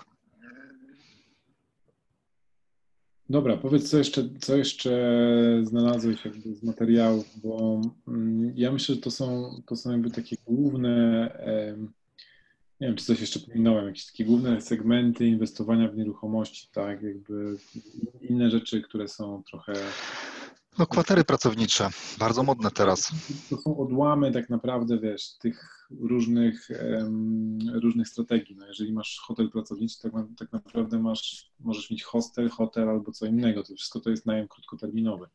Dobra, powiedz, co jeszcze znalazłeś jakby z materiałów, bo ja myślę, że to są jakby takie główne, nie wiem, czy coś jeszcze pominąłem, jakieś takie główne segmenty inwestowania w nieruchomości, tak, jakby inne rzeczy, które są trochę... No kwatery pracownicze, bardzo modne teraz. To są odłamy tak naprawdę, wiesz, tych różnych strategii. No jeżeli masz hotel pracowniczy, tak naprawdę możesz mieć hostel, hotel albo co innego. To wszystko to jest najem krótkoterminowy.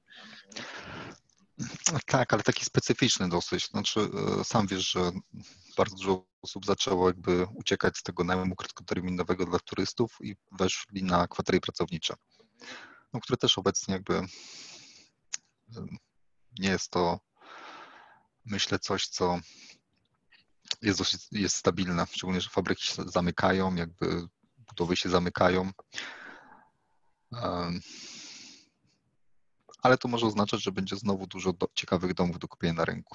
Tak, ale taki specyficzny dosyć. Znaczy, sam wiesz, że bardzo dużo osób zaczęło jakby uciekać z tego najmu krótkoterminowego dla turystów i weszli na kwatery pracownicze, no, które też obecnie jakby nie jest to, myślę, coś, co jest stabilne, szczególnie, że fabryki się zamykają, jakby budowy się zamykają. Ale to może oznaczać, że będzie znowu dużo ciekawych domów do kupienia na rynku.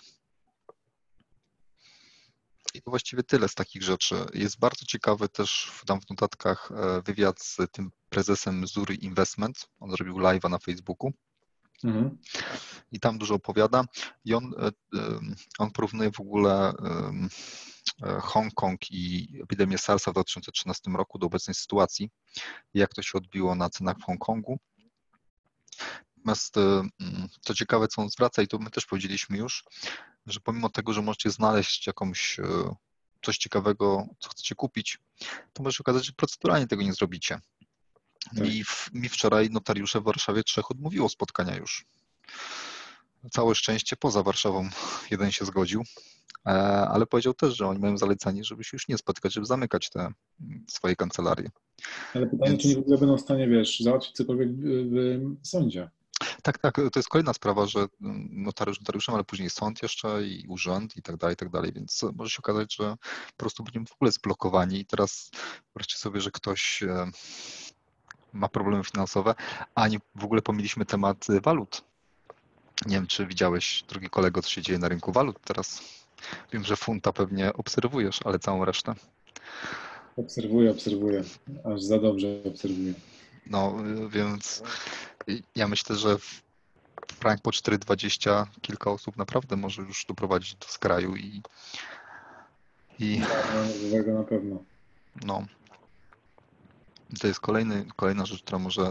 I to właściwie tyle z takich rzeczy. Jest bardzo ciekawy też, dam w notatkach, wywiad z tym prezesem Missouri Investment. On zrobił live'a na Facebooku. I tam dużo opowiada i on porównuje w ogóle Hongkong i epidemię SARS-a w 2013 roku do obecnej sytuacji, jak to się odbiło na cenach w Hongkongu. Natomiast co ciekawe, co on zwraca, i to my też powiedzieliśmy już, że pomimo tego, że możecie znaleźć coś ciekawego, co chcecie kupić, to może się okazać, że proceduralnie tego nie zrobicie. Tak. Mi wczoraj notariusze w Warszawie 3 odmówiło spotkania już. Całe szczęście poza Warszawą jeden się zgodził, ale powiedział też, że oni mają zalecenie, żeby się już nie spotykać, żeby zamykać te swoje kancelarie. Ale pytanie, czy nie w ogóle będą w stanie, załatwić cokolwiek w sądzie? Tak, to jest kolejna sprawa, że notariuszem, ale później sąd jeszcze i urząd i tak dalej, więc może się okazać, że po prostu będziemy w ogóle zblokowani i teraz wyobraźcie sobie, że ktoś ma problemy finansowe, a nie w ogóle pomiliśmy temat walut. Nie wiem, czy widziałeś, drogi kolego, co się dzieje na rynku walut teraz. Wiem, że funta pewnie obserwujesz, ale całą resztę. Obserwuję. Aż za dobrze obserwuję. No, więc ja myślę, że frank po 4,20 kilka osób naprawdę może już doprowadzić do skraju i Na pewno. No, to jest kolejna rzecz, która może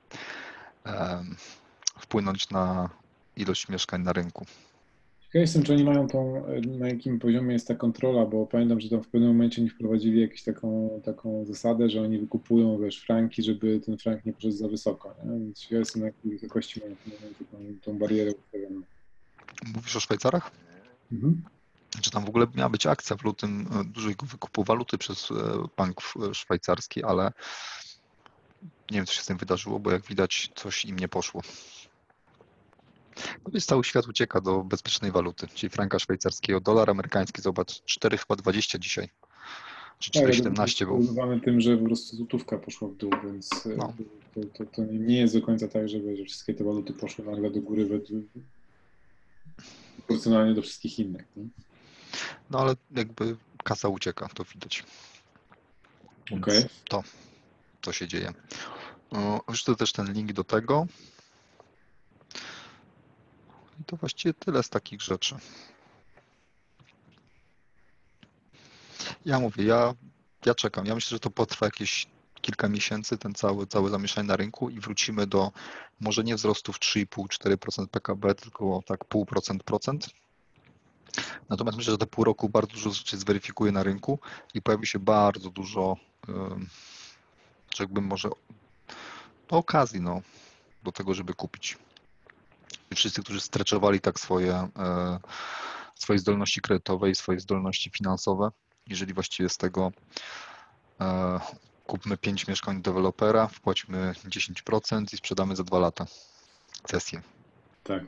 wpłynąć na ilość mieszkań na rynku. Ciekaw jestem, czy oni mają na jakim poziomie jest ta kontrola, bo pamiętam, że tam w pewnym momencie nie wprowadzili jakąś taką zasadę, że oni wykupują, franki, żeby ten frank nie poszedł za wysoko, nie? Więc ja jestem na jakiej wysokości mają w tym momencie tą barierę ustawioną. Mówisz o Szwajcarach? Mhm. Czy tam w ogóle miała być akcja w lutym dużego wykupu waluty przez bank szwajcarski, ale nie wiem, co się z tym wydarzyło, bo jak widać, coś im nie poszło. No więc cały świat ucieka do bezpiecznej waluty, czyli franka szwajcarskiego. Dolar amerykański, zobacz, 4,20 dzisiaj, czy 4,17 był. Spowodowane tym, że po prostu złotówka poszła w dół, więc No. to nie jest do końca tak, że wszystkie te waluty poszły nagle do góry proporcjonalnie do wszystkich innych. Nie? No ale jakby kasa ucieka, to widać. Więc Okay. to się dzieje. Wrzucę też ten link do tego. I to właściwie tyle z takich rzeczy. Ja mówię, ja czekam. Ja myślę, że to potrwa jakieś kilka miesięcy, ten całe zamieszanie na rynku i wrócimy do może nie wzrostów 3,5-4% PKB, tylko tak 0,5%. Natomiast myślę, że te pół roku bardzo dużo rzeczy zweryfikuje na rynku i pojawi się bardzo dużo, że jakby może okazji do tego, żeby kupić. I wszyscy, którzy stretchowali tak swoje zdolności kredytowe i swoje zdolności finansowe, jeżeli właściwie z tego kupmy 5 mieszkań dewelopera, wpłacimy 10% i sprzedamy za 2 lata cesję. Tak.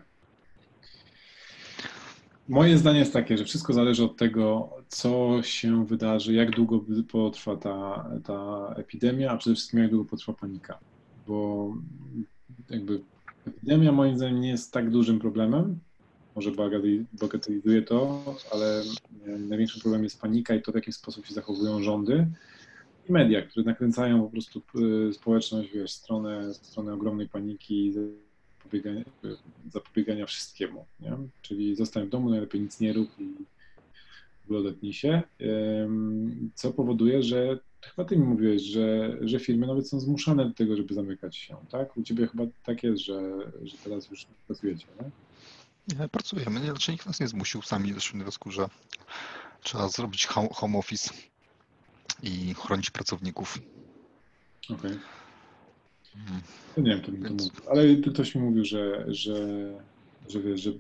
Moje zdanie jest takie, że wszystko zależy od tego, co się wydarzy, jak długo potrwa ta epidemia, a przede wszystkim jak długo potrwa panika. Bo jakby epidemia moim zdaniem nie jest tak dużym problemem, może bagatelizuję to, ale największym problemem jest panika i to, w jaki sposób się zachowują rządy i media, które nakręcają po prostu społeczność, stronę ogromnej paniki, zapobiegania wszystkiemu, nie? Czyli zostań w domu, najlepiej nic nie rób i odetnij się, co powoduje, że chyba ty mi mówiłeś, że firmy nawet są zmuszane do tego, żeby zamykać się, tak? U ciebie chyba tak jest, że teraz już pracujecie, nie? Nie, pracujemy, znaczy nikt nas nie zmusił, sami doszliśmy do wniosku, że trzeba zrobić home office i chronić pracowników. Okej. Nie wiem, kto mi to mówił, ale ktoś mi mówił, że wiesz, że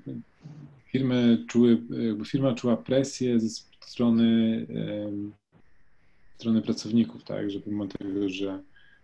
firma czuła presję ze strony pracowników, tak, że pomimo tego, że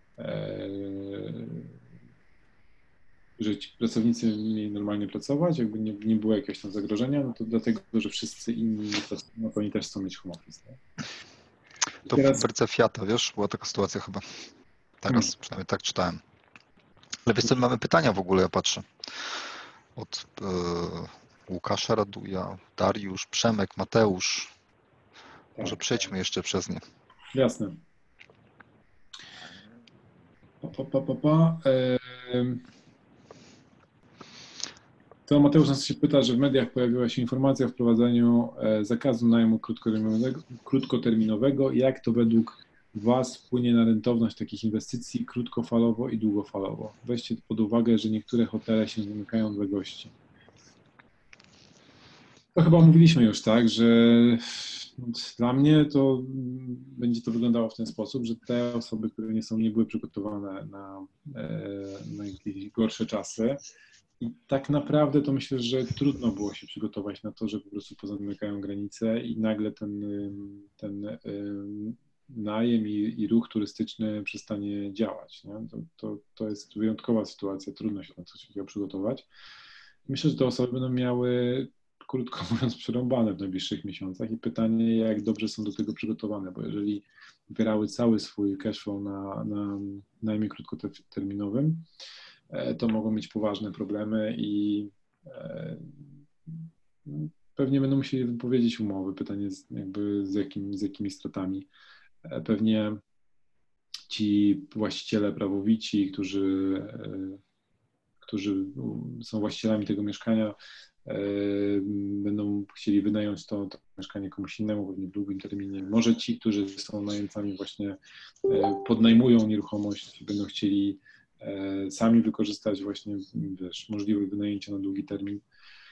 ci pracownicy mieli normalnie pracować, jakby nie było jakiegoś tam zagrożenia, no to dlatego, że wszyscy inni, no to oni też chcą mieć home office. Nie? To teraz... w wersji Fiata, wiesz, była taka sytuacja chyba. Teraz przynajmniej tak czytałem. Ale wiesz co, mamy pytania w ogóle, ja patrzę. Od Łukasza Raduja, Dariusz, Przemek, Mateusz. Może przejdźmy jeszcze przez nie. Jasne. To Mateusz nas się pyta, że w mediach pojawiła się informacja o wprowadzeniu zakazu najmu krótkoterminowego. Jak to według Was wpłynie na rentowność takich inwestycji krótkofalowo i długofalowo? Weźcie pod uwagę, że niektóre hotele się zamykają dla gości. To chyba mówiliśmy już, tak, że dla mnie to będzie to wyglądało w ten sposób, że te osoby, które nie były przygotowane na jakieś gorsze czasy, i tak naprawdę to myślę, że trudno było się przygotować na to, że po prostu pozamykają granice i nagle ten najem i ruch turystyczny przestanie działać. Nie? To jest wyjątkowa sytuacja, trudno się na coś takiego przygotować. Myślę, że te osoby będą miały, krótko mówiąc, przerąbane w najbliższych miesiącach i pytanie, jak dobrze są do tego przygotowane, bo jeżeli wybierały cały swój cashflow na najmie krótkoterminowym, to mogą mieć poważne problemy i pewnie będą musieli wypowiedzieć umowy. Pytanie jakby z jakimi stratami. Pewnie ci właściciele prawowici, którzy są właścicielami tego mieszkania, będą chcieli wynająć to mieszkanie komuś innemu, pewnie w długim terminie. Może ci, którzy są najemcami, właśnie podnajmują nieruchomość, będą chcieli sami wykorzystać właśnie, wiesz, możliwe wynajęcie na długi termin.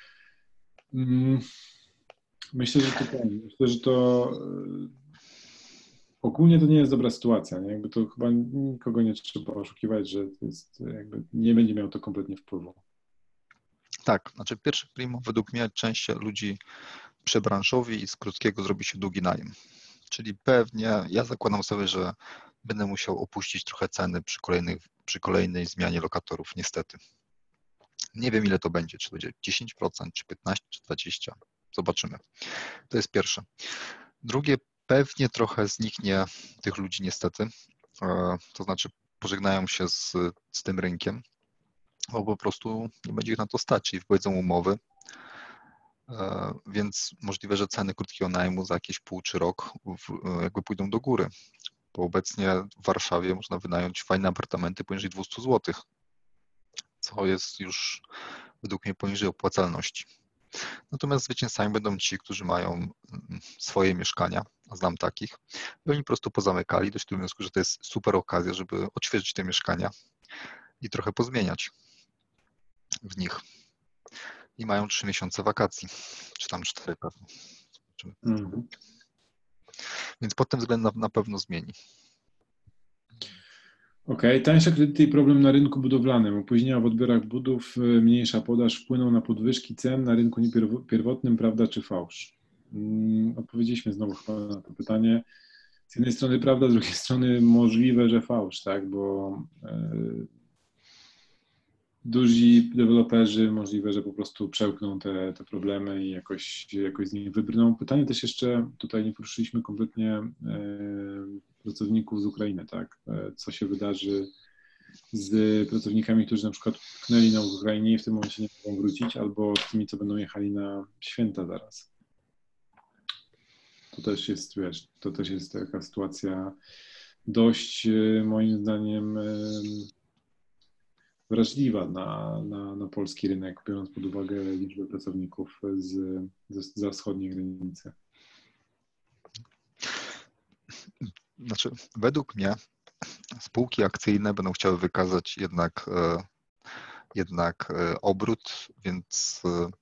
Myślę, że to ogólnie to nie jest dobra sytuacja, nie? Jakby to chyba nikogo nie trzeba oszukiwać, że to jest, jakby nie będzie miało to kompletnie wpływu. Tak, znaczy pierwszy primo według mnie część ludzi przebranżowi i z krótkiego zrobi się długi najem. Czyli pewnie ja zakładam sobie, że będę musiał opuścić trochę ceny przy kolejnej zmianie lokatorów, niestety. Nie wiem, ile to będzie, czy to będzie 10%, czy 15%, czy 20%. Zobaczymy. To jest pierwsze. Drugie, pewnie trochę zniknie tych ludzi niestety, to znaczy pożegnają się z tym rynkiem, bo po prostu nie będzie ich na to stać, czyli wypowiedzą umowy, więc możliwe, że ceny krótkiego najmu za jakieś pół czy rok jakby pójdą do góry, bo obecnie w Warszawie można wynająć fajne apartamenty poniżej 200 zł, co jest już według mnie poniżej opłacalności. Natomiast zwycięzcami będą ci, którzy mają swoje mieszkania, a znam takich, i oni po prostu pozamykali, doszli do wniosku, że to jest super okazja, żeby odświeżyć te mieszkania i trochę pozmieniać w nich. I mają 3 miesiące wakacji, czy tam 4 pewnie. Więc pod tym względem na pewno zmieni. Okej, tańsze kredyty i problem na rynku budowlanym. Opóźnienia w odbiorach budów, mniejsza podaż wpłyną na podwyżki cen na rynku pierwotnym, prawda czy fałsz? Odpowiedzieliśmy znowu chyba na to pytanie. Z jednej strony prawda, z drugiej strony możliwe, że fałsz, tak, bo duzi deweloperzy możliwe, że po prostu przełkną te problemy i jakoś z nich wybrną. Pytanie też jeszcze, tutaj nie poruszyliśmy kompletnie pracowników z Ukrainy, tak? Co się wydarzy z pracownikami, którzy na przykład tknęli na Ukrainie i w tym momencie nie mogą wrócić, albo z tymi, co będą jechali na święta zaraz. To też jest, wiesz, to też jest taka sytuacja dość, moim zdaniem, wrażliwa na polski rynek, biorąc pod uwagę liczbę pracowników za wschodniej granicy. Znaczy, według mnie spółki akcyjne będą chciały wykazać jednak obrót, więc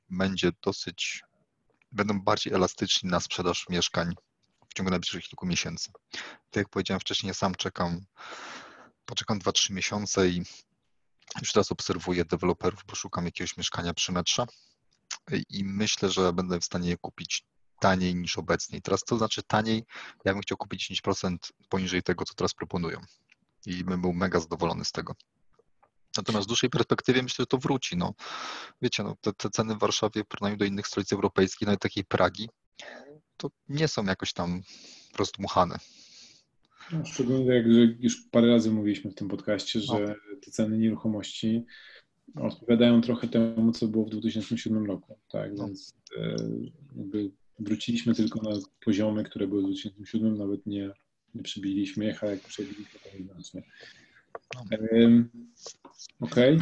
będą bardziej elastyczni na sprzedaż mieszkań w ciągu najbliższych kilku miesięcy. Tak jak powiedziałem wcześniej, ja sam poczekam 2-3 miesiące i już teraz obserwuję deweloperów, bo szukam jakiegoś mieszkania przy metrze i myślę, że będę w stanie je kupić taniej niż obecnie. Teraz to znaczy taniej, ja bym chciał kupić 10% poniżej tego, co teraz proponują i bym był mega zadowolony z tego. Natomiast w dłuższej perspektywie myślę, że to wróci. No, wiecie, no, te ceny w Warszawie w porównaniu do innych stolic europejskich, nawet takiej Pragi, to nie są jakoś tam rozdmuchane. No, szczególnie jak już parę razy mówiliśmy w tym podcaście, że te ceny nieruchomości odpowiadają trochę temu, co było w 2007 roku. Tak, więc jakby wróciliśmy tylko na poziomy, które były w 2007, nawet nie przybiliśmy ich, a jak przebiliśmy, to znacznie. Okej.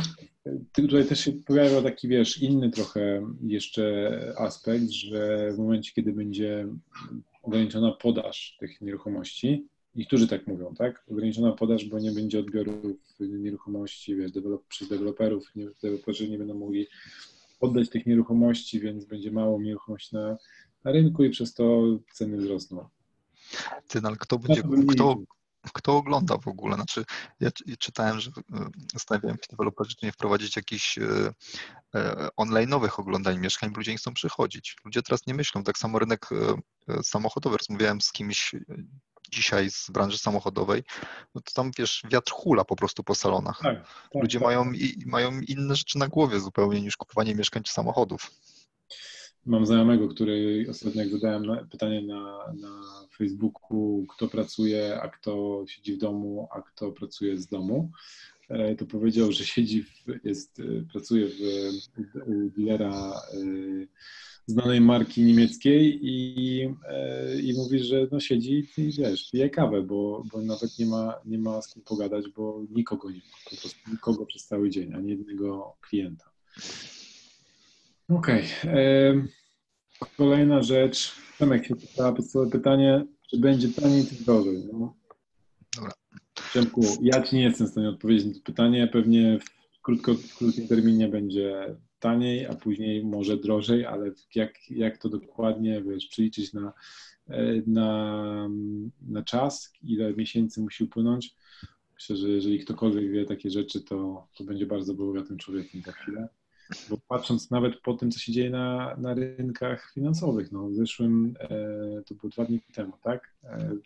Tutaj też się pojawia taki, wiesz, inny trochę jeszcze aspekt, że w momencie, kiedy będzie ograniczona podaż tych nieruchomości, niektórzy tak mówią, tak? Ograniczona podaż, bo nie będzie odbiorów nieruchomości, wiesz, przez deweloperów, deweloperzy nie będą mogli oddać tych nieruchomości, więc będzie mało nieruchomości na rynku i przez to ceny wzrosną. No, ale kto Ja będzie, to bym nie liczył. kto ogląda w ogóle? Znaczy, ja czytałem, że zastanawiałem się deweloperzy, czy nie wprowadzić jakichś online'owych oglądań mieszkań, bo ludzie nie chcą przychodzić. Ludzie teraz nie myślą. Tak samo rynek samochodowy. Rozmawiałem z kimś dzisiaj z branży samochodowej, no to tam, wiesz, wiatr hula po prostu po salonach. Tak, Ludzie tak. mają inne rzeczy na głowie zupełnie niż kupowanie mieszkań czy samochodów. Mam znajomego, który ostatnio jak zadałem pytanie na Facebooku, kto pracuje, a kto siedzi w domu, a kto pracuje z domu, to powiedział, że pracuje u dealera znanej marki niemieckiej i mówi, że no siedzi i wiesz, pije kawę, bo nawet nie ma z kim pogadać, bo nikogo nie ma, po prostu nikogo przez cały dzień, ani jednego klienta. Okej. Kolejna rzecz. Przemek się pytała podstawowe pytanie, czy będzie taniej czy drożej? No. Dobra. Przemku, ja Ci nie jestem w stanie odpowiedzieć na to pytanie. Pewnie w krótkim terminie będzie taniej, a później może drożej, ale jak to dokładnie, wiesz, przeliczyć na czas, ile miesięcy musi upłynąć. Myślę, że jeżeli ktokolwiek wie takie rzeczy, to będzie bardzo bogatym człowiekiem za chwilę. Bo patrząc nawet po tym, co się dzieje na rynkach finansowych, no w zeszłym, to było 2 dni temu, tak?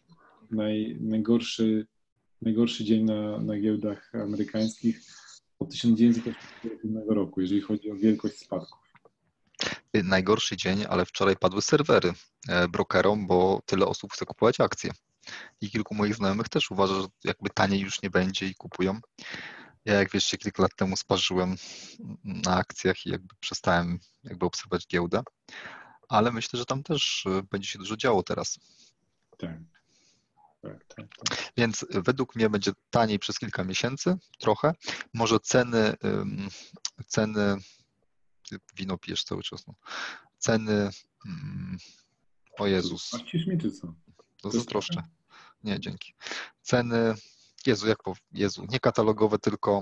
Najgorszy dzień na giełdach amerykańskich od 1987 roku, jeżeli chodzi o wielkość spadków. Najgorszy dzień, ale wczoraj padły serwery brokerom, bo tyle osób chce kupować akcje. I kilku moich znajomych też uważa, że jakby taniej już nie będzie i kupują. Ja, jak wiesz, się kilka lat temu sparzyłem na akcjach i jakby przestałem jakby obserwować giełdę, ale myślę, że tam też będzie się dużo działo teraz. Tak. Więc według mnie będzie taniej przez kilka miesięcy, trochę. Może ceny wino pijesz cały czas, no. Ceny, o Jezus, Płacisz mi czy co? to zazdroszczę. Nie, dzięki. Ceny, Jezu, nie katalogowe, tylko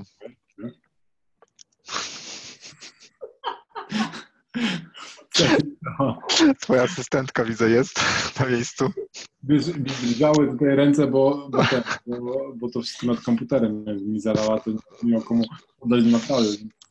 twoja asystentka, widzę, jest na miejscu. Drżały tutaj ręce, bo to wszystko nad komputerem mi zalała, to nie miał komu oddać do naprawy.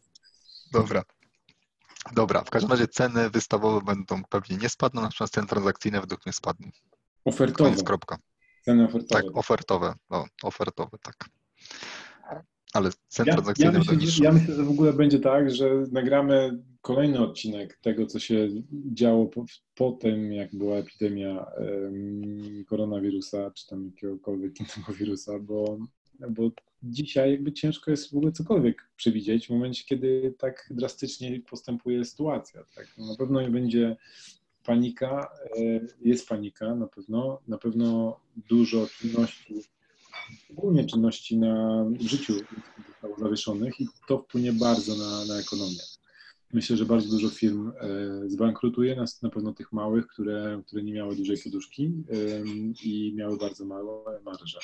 Dobra, w każdym razie ceny wystawowe będą pewnie nie spadną, natomiast ceny transakcyjne według mnie spadną. Ofertowe. Koniec, kropka. Ceny ofertowe. Tak, ofertowe, tak. Ale ceny transakcyjne będą niższe. Ja myślę, że w ogóle będzie tak, że nagramy kolejny odcinek tego, co się działo po tym, jak była epidemia koronawirusa, czy tam jakiegokolwiek innego wirusa, bo dzisiaj jakby ciężko jest w ogóle cokolwiek przewidzieć w momencie, kiedy tak drastycznie postępuje sytuacja. Tak? No, na pewno będzie panika, jest panika na pewno dużo czynności, ogólnie czynności w życiu zostało zawieszonych i to wpłynie bardzo na ekonomię. Myślę, że bardzo dużo firm zbankrutuje, na pewno tych małych, które nie miały dużej poduszki i miały bardzo małe marże.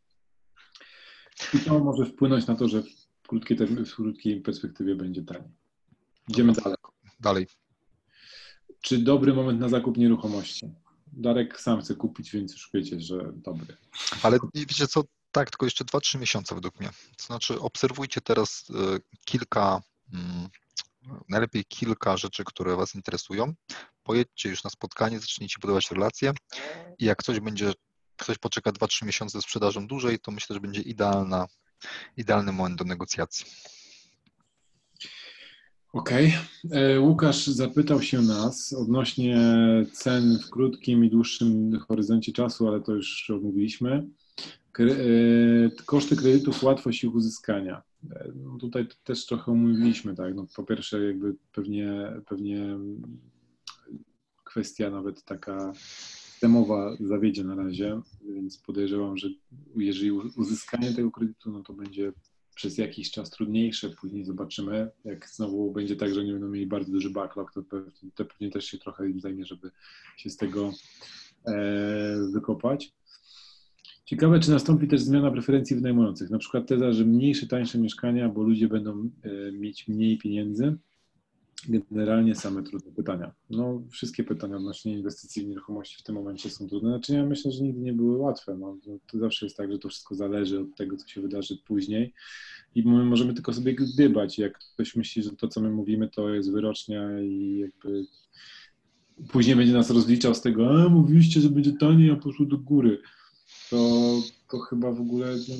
I to może wpłynąć na to, że w krótkiej perspektywie będzie taniej. Idziemy dalej. Czy dobry moment na zakup nieruchomości? Darek sam chce kupić, więc już wiecie, że dobry. Ale wiecie co, tak, tylko jeszcze 2-3 miesiące według mnie. To znaczy obserwujcie teraz najlepiej kilka rzeczy, które Was interesują. Pojedźcie już na spotkanie, zacznijcie budować relacje i jak ktoś poczeka 2-3 miesiące z sprzedażą dłużej, to myślę, że będzie idealny moment do negocjacji. Okej. Łukasz zapytał się nas odnośnie cen w krótkim i dłuższym horyzoncie czasu, ale to już omówiliśmy. Koszty kredytów, łatwość ich uzyskania. No tutaj też trochę omówiliśmy, tak. No po pierwsze jakby pewnie kwestia nawet taka systemowa zawiedzie na razie, więc podejrzewam, że jeżeli uzyskanie tego kredytu, no to będzie przez jakiś czas trudniejsze, później zobaczymy, jak znowu będzie tak, że nie będą mieli bardzo duży backlog, to pewnie też się trochę im zajmie, żeby się z tego wykopać. Ciekawe, czy nastąpi też zmiana preferencji wynajmujących. Na przykład teza, że mniejsze, tańsze mieszkania, bo ludzie będą mieć mniej pieniędzy. Generalnie same trudne pytania. No, wszystkie pytania odnośnie inwestycji w nieruchomości w tym momencie są trudne. Znaczy ja myślę, że nigdy nie były łatwe. No, to zawsze jest tak, że to wszystko zależy od tego, co się wydarzy później i my możemy tylko sobie gdybać. Jak ktoś myśli, że to, co my mówimy, to jest wyrocznia i jakby później będzie nas rozliczał z tego, a mówiliście, że będzie taniej, a poszło do góry, to chyba w ogóle no,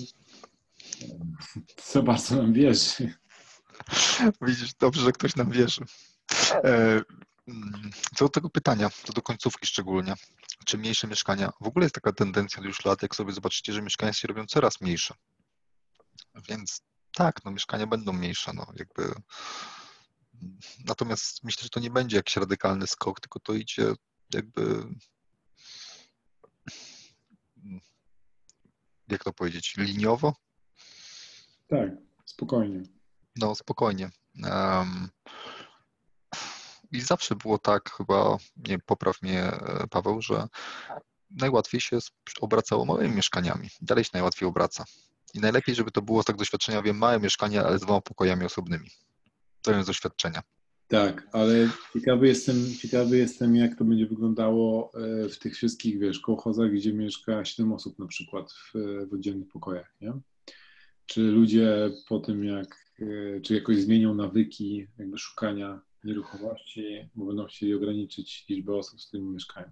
za bardzo nam wierzy. Widzisz, dobrze, że ktoś nam wierzy. Co do tego pytania, co do końcówki szczególnie, czy mniejsze mieszkania, w ogóle jest taka tendencja już lat, jak sobie zobaczycie, że mieszkania się robią coraz mniejsze. Więc tak, no mieszkania będą mniejsze, no jakby. Natomiast myślę, że to nie będzie jakiś radykalny skok, tylko to idzie jakby, jak to powiedzieć, liniowo? Tak, spokojnie. No, spokojnie. I zawsze było tak, chyba, nie popraw mnie Paweł, że najłatwiej się obracało małymi mieszkaniami. Dalej się najłatwiej obraca. I najlepiej, żeby to było, tak doświadczenia wiem, małe mieszkanie, ale z 2 pokojami osobnymi. To jest doświadczenia. Tak, ale ciekawy jestem, jak to będzie wyglądało w tych wszystkich, wiesz, kołchozach, gdzie mieszka 7 osób na przykład w oddzielnych pokojach, nie? Czy ludzie po tym, czy jakoś zmienią nawyki jakby szukania nieruchomości, bo będą chcieli ograniczyć liczbę osób, z którymi mieszkają.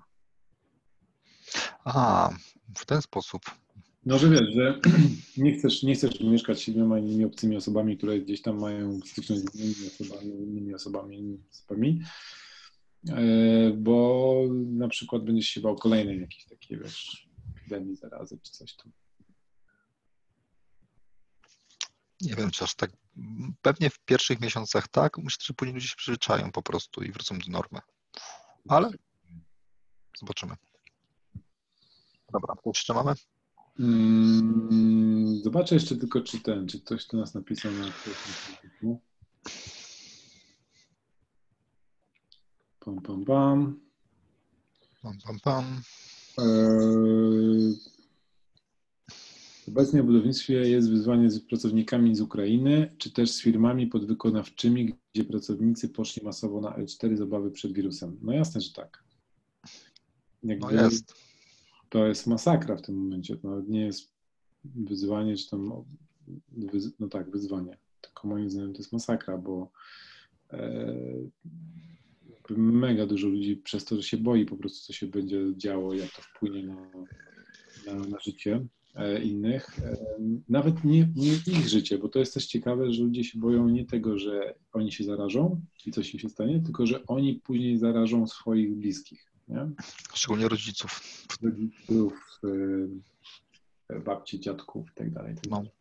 A, w ten sposób. No, że wiesz, że nie chcesz mieszkać z 7 innymi obcymi osobami, które gdzieś tam mają styczność z innymi osobami, bo na przykład będziesz się bał kolejnej jakiejś takiej, wiesz, epidemii, zarazy czy coś tu. Nie wiem, czy aż tak. Pewnie w pierwszych miesiącach tak. Myślę, że później ludzie się przyzwyczają po prostu i wrócą do normy. Ale zobaczymy. Dobra, to jeszcze mamy? Zobaczę jeszcze tylko, czy ktoś tu nas napisał na Facebooku. Pam, pam, pam. Pam, pam, pam. Obecnie w budownictwie jest wyzwanie z pracownikami z Ukrainy, czy też z firmami podwykonawczymi, gdzie pracownicy poszli masowo na L4 z obawy przed wirusem. No jasne, że tak. No jest. To jest masakra w tym momencie. To nawet nie jest wyzwanie, czy tam, no tak, wyzwanie. Tylko moim zdaniem to jest masakra, bo mega dużo ludzi przez to, że się boi po prostu, co się będzie działo, jak to wpłynie na życie innych. Nawet nie ich życie, bo to jest też ciekawe, że ludzie się boją nie tego, że oni się zarażą i coś im się stanie, tylko że oni później zarażą swoich bliskich. Nie? Szczególnie rodziców. Rodziców, babci, dziadków i tak dalej.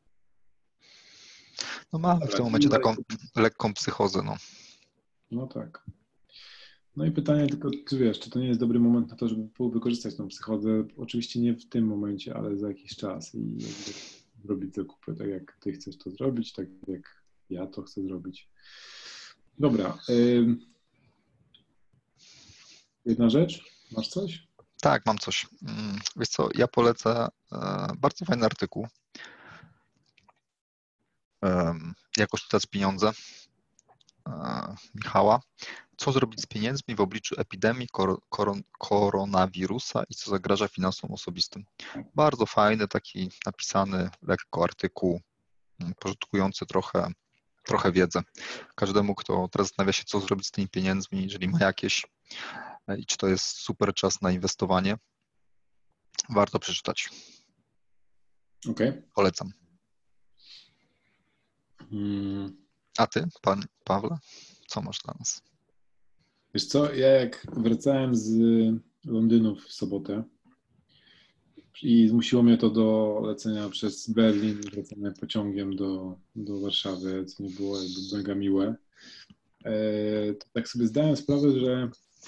No mamy w tym momencie taką lekką psychozę. No tak. No i pytanie tylko, czy wiesz, czy to nie jest dobry moment na to, żeby wykorzystać tą psychodę? Oczywiście nie w tym momencie, ale za jakiś czas i zrobić zakupy tak, jak ty chcesz to zrobić, tak jak ja to chcę zrobić. Dobra. Jedna rzecz? Masz coś? Tak, mam coś. Wiesz co, ja polecę bardzo fajny artykuł. Jak oszczędzać pieniądze Michała. Co zrobić z pieniędzmi w obliczu epidemii koronawirusa i co zagraża finansom osobistym. Bardzo fajny, taki napisany lekko artykuł, pożytkujący trochę wiedzę. Każdemu, kto teraz zastanawia się, co zrobić z tymi pieniędzmi, jeżeli ma jakieś i czy to jest super czas na inwestowanie, warto przeczytać. Okej. Polecam. A ty, pan Pawle, co masz dla nas? Wiesz co, ja jak wracałem z Londynu w sobotę i zmusiło mnie to do lecenia przez Berlin, wracania pociągiem do Warszawy, co nie było jakby mega miłe, to tak sobie zdałem sprawę, że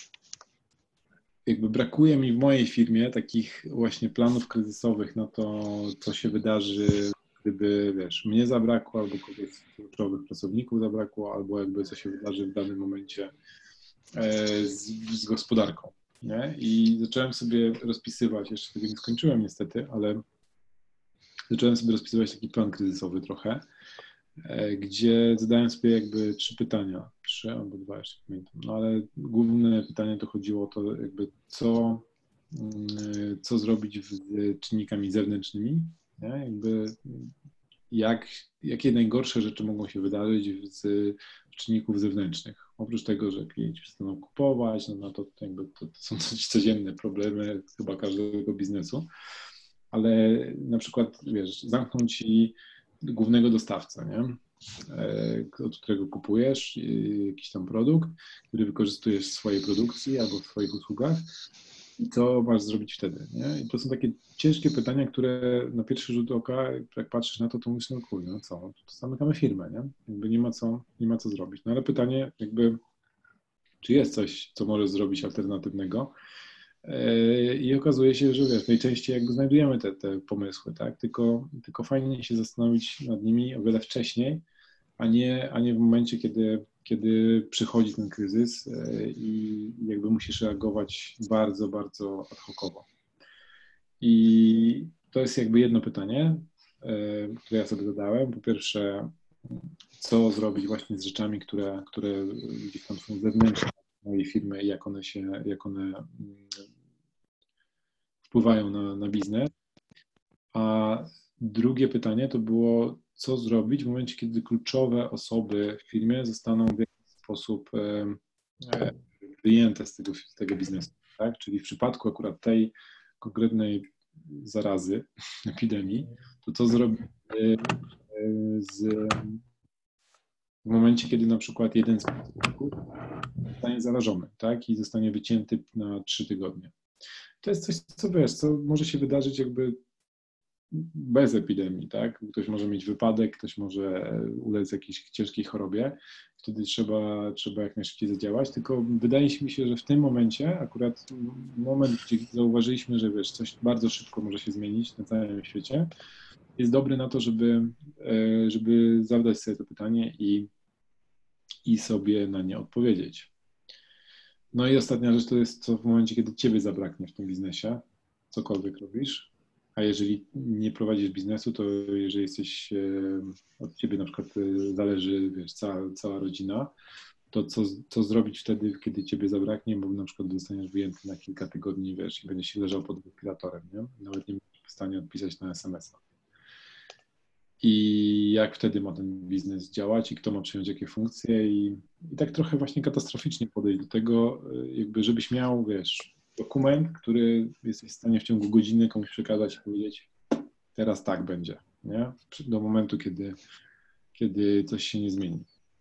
jakby brakuje mi w mojej firmie takich właśnie planów kryzysowych na to, co się wydarzy gdyby, wiesz, mnie zabrakło, albo kogoś z kluczowych pracowników zabrakło, albo jakby co się wydarzy w danym momencie z gospodarką, nie? I zacząłem sobie rozpisywać, jeszcze tego nie skończyłem niestety, ale zacząłem sobie rozpisywać taki plan kryzysowy trochę, gdzie zadałem sobie jakby 3 pytania, 3 albo 2, jeszcze nie pamiętam, no ale główne pytanie to chodziło o to jakby co zrobić z czynnikami zewnętrznymi, nie? Jakby jakie najgorsze rzeczy mogą się wydarzyć z czynników zewnętrznych. Oprócz tego, że klienci przestaną kupować, no to jakby to są dość codzienne problemy chyba każdego biznesu, ale na przykład, wiesz, zamknąć ci głównego dostawcę, nie? Od którego kupujesz jakiś tam produkt, który wykorzystujesz w swojej produkcji albo w swoich usługach. I co masz zrobić wtedy, nie? I to są takie ciężkie pytania, które na pierwszy rzut oka, jak patrzysz na to, to myślisz, no kurde, no co, to zamykamy firmę, nie? Jakby nie ma co zrobić. No ale pytanie jakby, czy jest coś, co możesz zrobić alternatywnego? I okazuje się, że wiesz, najczęściej jakby znajdujemy te pomysły, tak? Tylko fajnie się zastanowić nad nimi o wiele wcześniej, a nie w momencie, kiedy przychodzi ten kryzys i jakby musisz reagować bardzo, bardzo ad hocowo. I to jest jakby jedno pytanie, które ja sobie zadałem. Po pierwsze, co zrobić właśnie z rzeczami, które gdzieś tam są zewnętrzne mojej firmy i jak one wpływają na biznes. A drugie pytanie to było, co zrobić w momencie, kiedy kluczowe osoby w firmie zostaną w jakiś sposób wyjęte z tego biznesu, tak? Czyli w przypadku akurat tej konkretnej zarazy, epidemii, to co zrobić w momencie, kiedy na przykład jeden z pracowników zostanie zarażony, tak? I zostanie wycięty na 3 tygodnie. To jest coś, co wiesz, co może się wydarzyć jakby bez epidemii, tak? Ktoś może mieć wypadek, ktoś może ulec jakiejś ciężkiej chorobie, wtedy trzeba jak najszybciej zadziałać, tylko wydaje mi się, że w tym momencie, akurat moment, gdzie zauważyliśmy, że wiesz, coś bardzo szybko może się zmienić na całym świecie, jest dobry na to, żeby zadać sobie to pytanie i sobie na nie odpowiedzieć. No i ostatnia rzecz to jest to w momencie, kiedy ciebie zabraknie w tym biznesie, cokolwiek robisz, a jeżeli nie prowadzisz biznesu, to jeżeli jesteś, od ciebie na przykład zależy, wiesz, cała rodzina, to co zrobić wtedy, kiedy ciebie zabraknie, bo na przykład zostaniesz wyjęty na kilka tygodni, wiesz, i będziesz się leżał pod respiratorem, nie? Nawet nie będziesz w stanie odpisać na SMS-a. I jak wtedy ma ten biznes działać i kto ma przyjąć jakie funkcje i tak trochę właśnie katastroficznie podejść do tego, jakby żebyś miał, wiesz, dokument, który jesteś w stanie w ciągu godziny komuś przekazać i powiedzieć, teraz tak będzie, nie? Do momentu, kiedy coś się nie zmieni.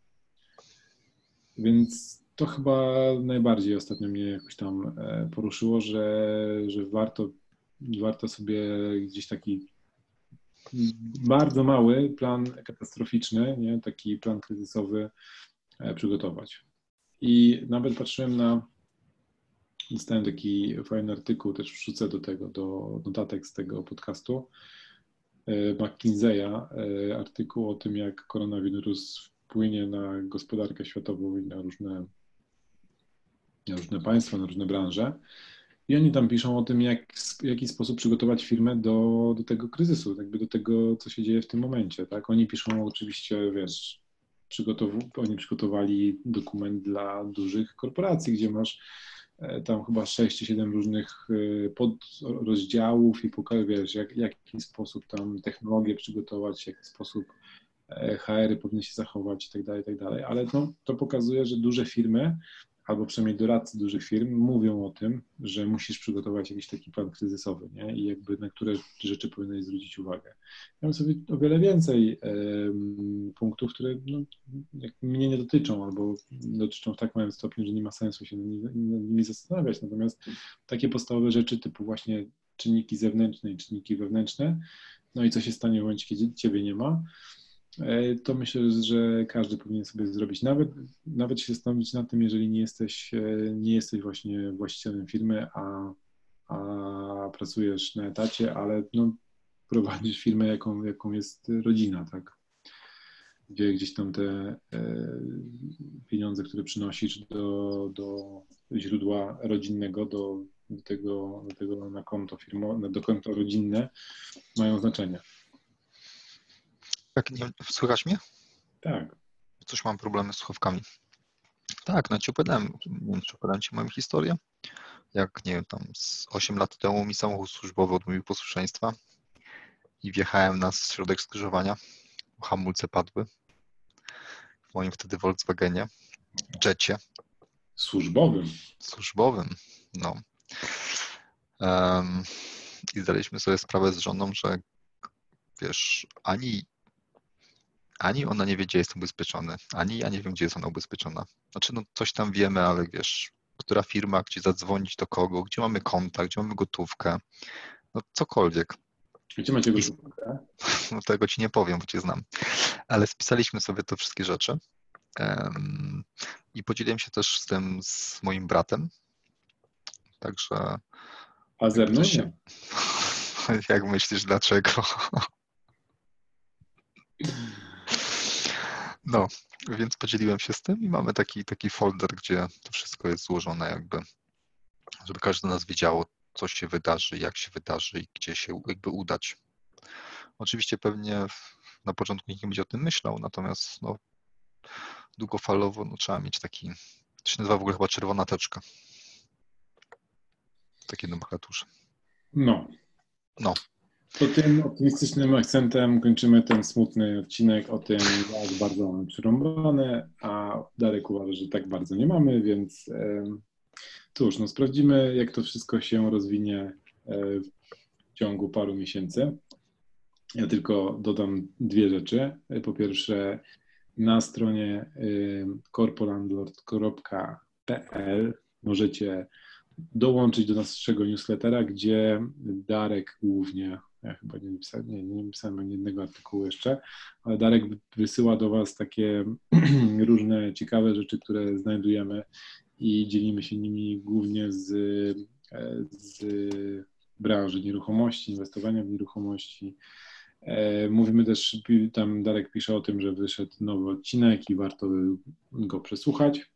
Więc to chyba najbardziej ostatnio mnie jakoś tam poruszyło, że warto sobie gdzieś taki bardzo mały plan katastroficzny, nie? Taki plan kryzysowy przygotować. I nawet dostałem taki fajny artykuł, też wrzucę do notatek z tego podcastu, McKinsey'a, artykuł o tym, jak koronawirus wpłynie na gospodarkę światową i na różne państwa, na różne branże. I oni tam piszą o tym, w jaki sposób przygotować firmę do tego kryzysu, jakby do tego, co się dzieje w tym momencie, tak? Oni piszą oczywiście, wiesz, oni przygotowali dokument dla dużych korporacji, gdzie masz tam chyba 6 czy 7 różnych podrozdziałów i wiesz, w jaki sposób tam technologię przygotować, w jaki sposób HR-y powinny się zachować i tak dalej, ale to pokazuje, że duże firmy, albo przynajmniej doradcy dużych firm mówią o tym, że musisz przygotować jakiś taki plan kryzysowy, nie? I jakby na które rzeczy powinieneś zwrócić uwagę. Ja mam sobie o wiele więcej punktów, które mnie nie dotyczą, albo dotyczą w tak małym stopniu, że nie ma sensu się nad nimi zastanawiać. Natomiast takie podstawowe rzeczy typu właśnie czynniki zewnętrzne i czynniki wewnętrzne, no i co się stanie w momencie, kiedy ciebie nie ma, to myślę, że każdy powinien sobie zrobić. Nawet się zastanowić nad tym, jeżeli nie jesteś właśnie właścicielem firmy, a pracujesz na etacie, ale prowadzisz firmę, jaką jest rodzina, tak? Gdzie gdzieś tam te pieniądze, które przynosisz do źródła rodzinnego, do tego na konto firmowe, do konta rodzinne mają znaczenie. Tak, nie, słychać mnie? Tak. Coś mam problemy z słuchawkami. Tak, no ci opowiadałem, nie wiem, czy opowiadałem ci moją historię. Jak, nie wiem, tam z 8 lat temu mi samochód służbowy odmówił posłuszeństwa i wjechałem na środek skrzyżowania. Hamulce padły. W moim wtedy Volkswagenie, Jetcie. Służbowym, no. I zdaliśmy sobie sprawę z żoną, że wiesz, ani ona nie wie, gdzie jest ubezpieczony, ani ja nie wiem, gdzie jest ona ubezpieczona. Znaczy, no coś tam wiemy, ale wiesz, która firma, gdzie zadzwonić do kogo, gdzie mamy kontakt, gdzie mamy gotówkę, no cokolwiek. Gdzie macie gotówkę? No tego ci nie powiem, bo cię znam. Ale spisaliśmy sobie te wszystkie rzeczy i podzieliłem się też z tym z moim bratem. Także... A ze mną nie. Jak myślisz, dlaczego? No, więc podzieliłem się z tym i mamy taki folder, gdzie to wszystko jest złożone jakby, żeby każdy z nas wiedziało, co się wydarzy, jak się wydarzy i gdzie się jakby udać. Oczywiście pewnie na początku nikt nie będzie o tym myślał, natomiast no, długofalowo no, trzeba mieć taki, to się nazywa w ogóle chyba czerwona teczka. Takie nomenklaturze. No. No. To tym optymistycznym akcentem kończymy ten smutny odcinek o tym, jak bardzo mamy przerąbane, a Darek uważa, że tak bardzo nie mamy, więc cóż, no sprawdzimy, jak to wszystko się rozwinie w ciągu paru miesięcy. Ja tylko dodam dwie rzeczy. Po pierwsze, na stronie corpolandlord.pl możecie dołączyć do naszego newslettera, gdzie Darek głównie, ja chyba nie napisałem ani jednego artykułu jeszcze, ale Darek wysyła do Was takie różne ciekawe rzeczy, które znajdujemy i dzielimy się nimi głównie z branży nieruchomości, inwestowania w nieruchomości. Mówimy też, tam Darek pisze o tym, że wyszedł nowy odcinek i warto go przesłuchać.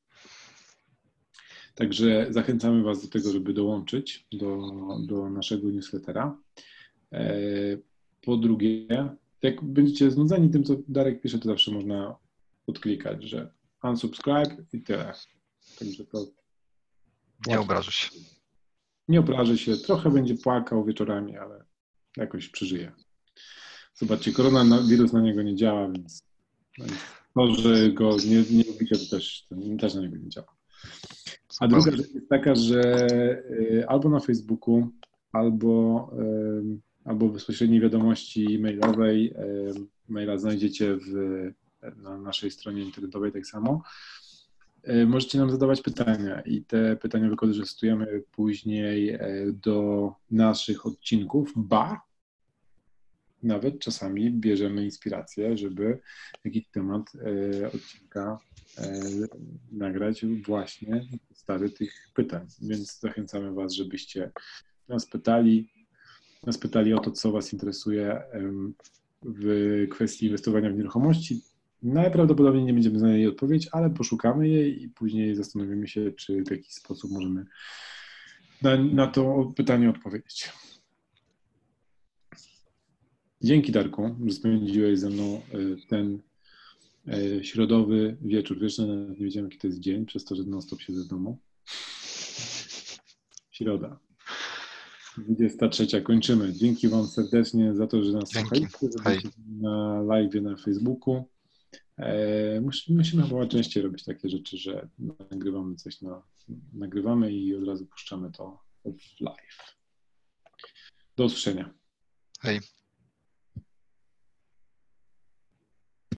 Także zachęcamy Was do tego, żeby dołączyć do naszego newslettera. Po drugie, jak będziecie znudzeni tym, co Darek pisze, to zawsze można odklikać, że unsubscribe i tyle. Także to... Nie obrażę się. Nie obrażę się. Trochę będzie płakał wieczorami, ale jakoś przeżyje. Zobaczcie, koronawirus na niego nie działa, więc to, że go nie lubicie, to też na niego nie działa. A druga rzecz jest taka, że albo na Facebooku, albo bezpośredniej wiadomości mailowej, maila znajdziecie na naszej stronie internetowej tak samo. Możecie nam zadawać pytania i te pytania wykorzystujemy później do naszych odcinków, nawet czasami bierzemy inspirację, żeby jakiś temat odcinka nagrać właśnie na podstawie tych pytań. Więc zachęcamy Was, żebyście nas pytali o to, co Was interesuje w kwestii inwestowania w nieruchomości. Najprawdopodobniej nie będziemy znali odpowiedź, ale poszukamy jej i później zastanowimy się, czy w jakiś sposób możemy na to pytanie odpowiedzieć. Dzięki, Darku, że spędziłeś ze mną ten środowy wieczór. Wiesz, że nie wiedziałem, jaki to jest dzień, przez to, że non-stop siedzę w domu. Środa. 23. Kończymy. Dzięki Wam serdecznie za to, że nas słuchaliście, że byliście na live na Facebooku. Musimy chyba częściej robić takie rzeczy, że nagrywamy coś nagrywamy i od razu puszczamy to w live. Do usłyszenia. Hej.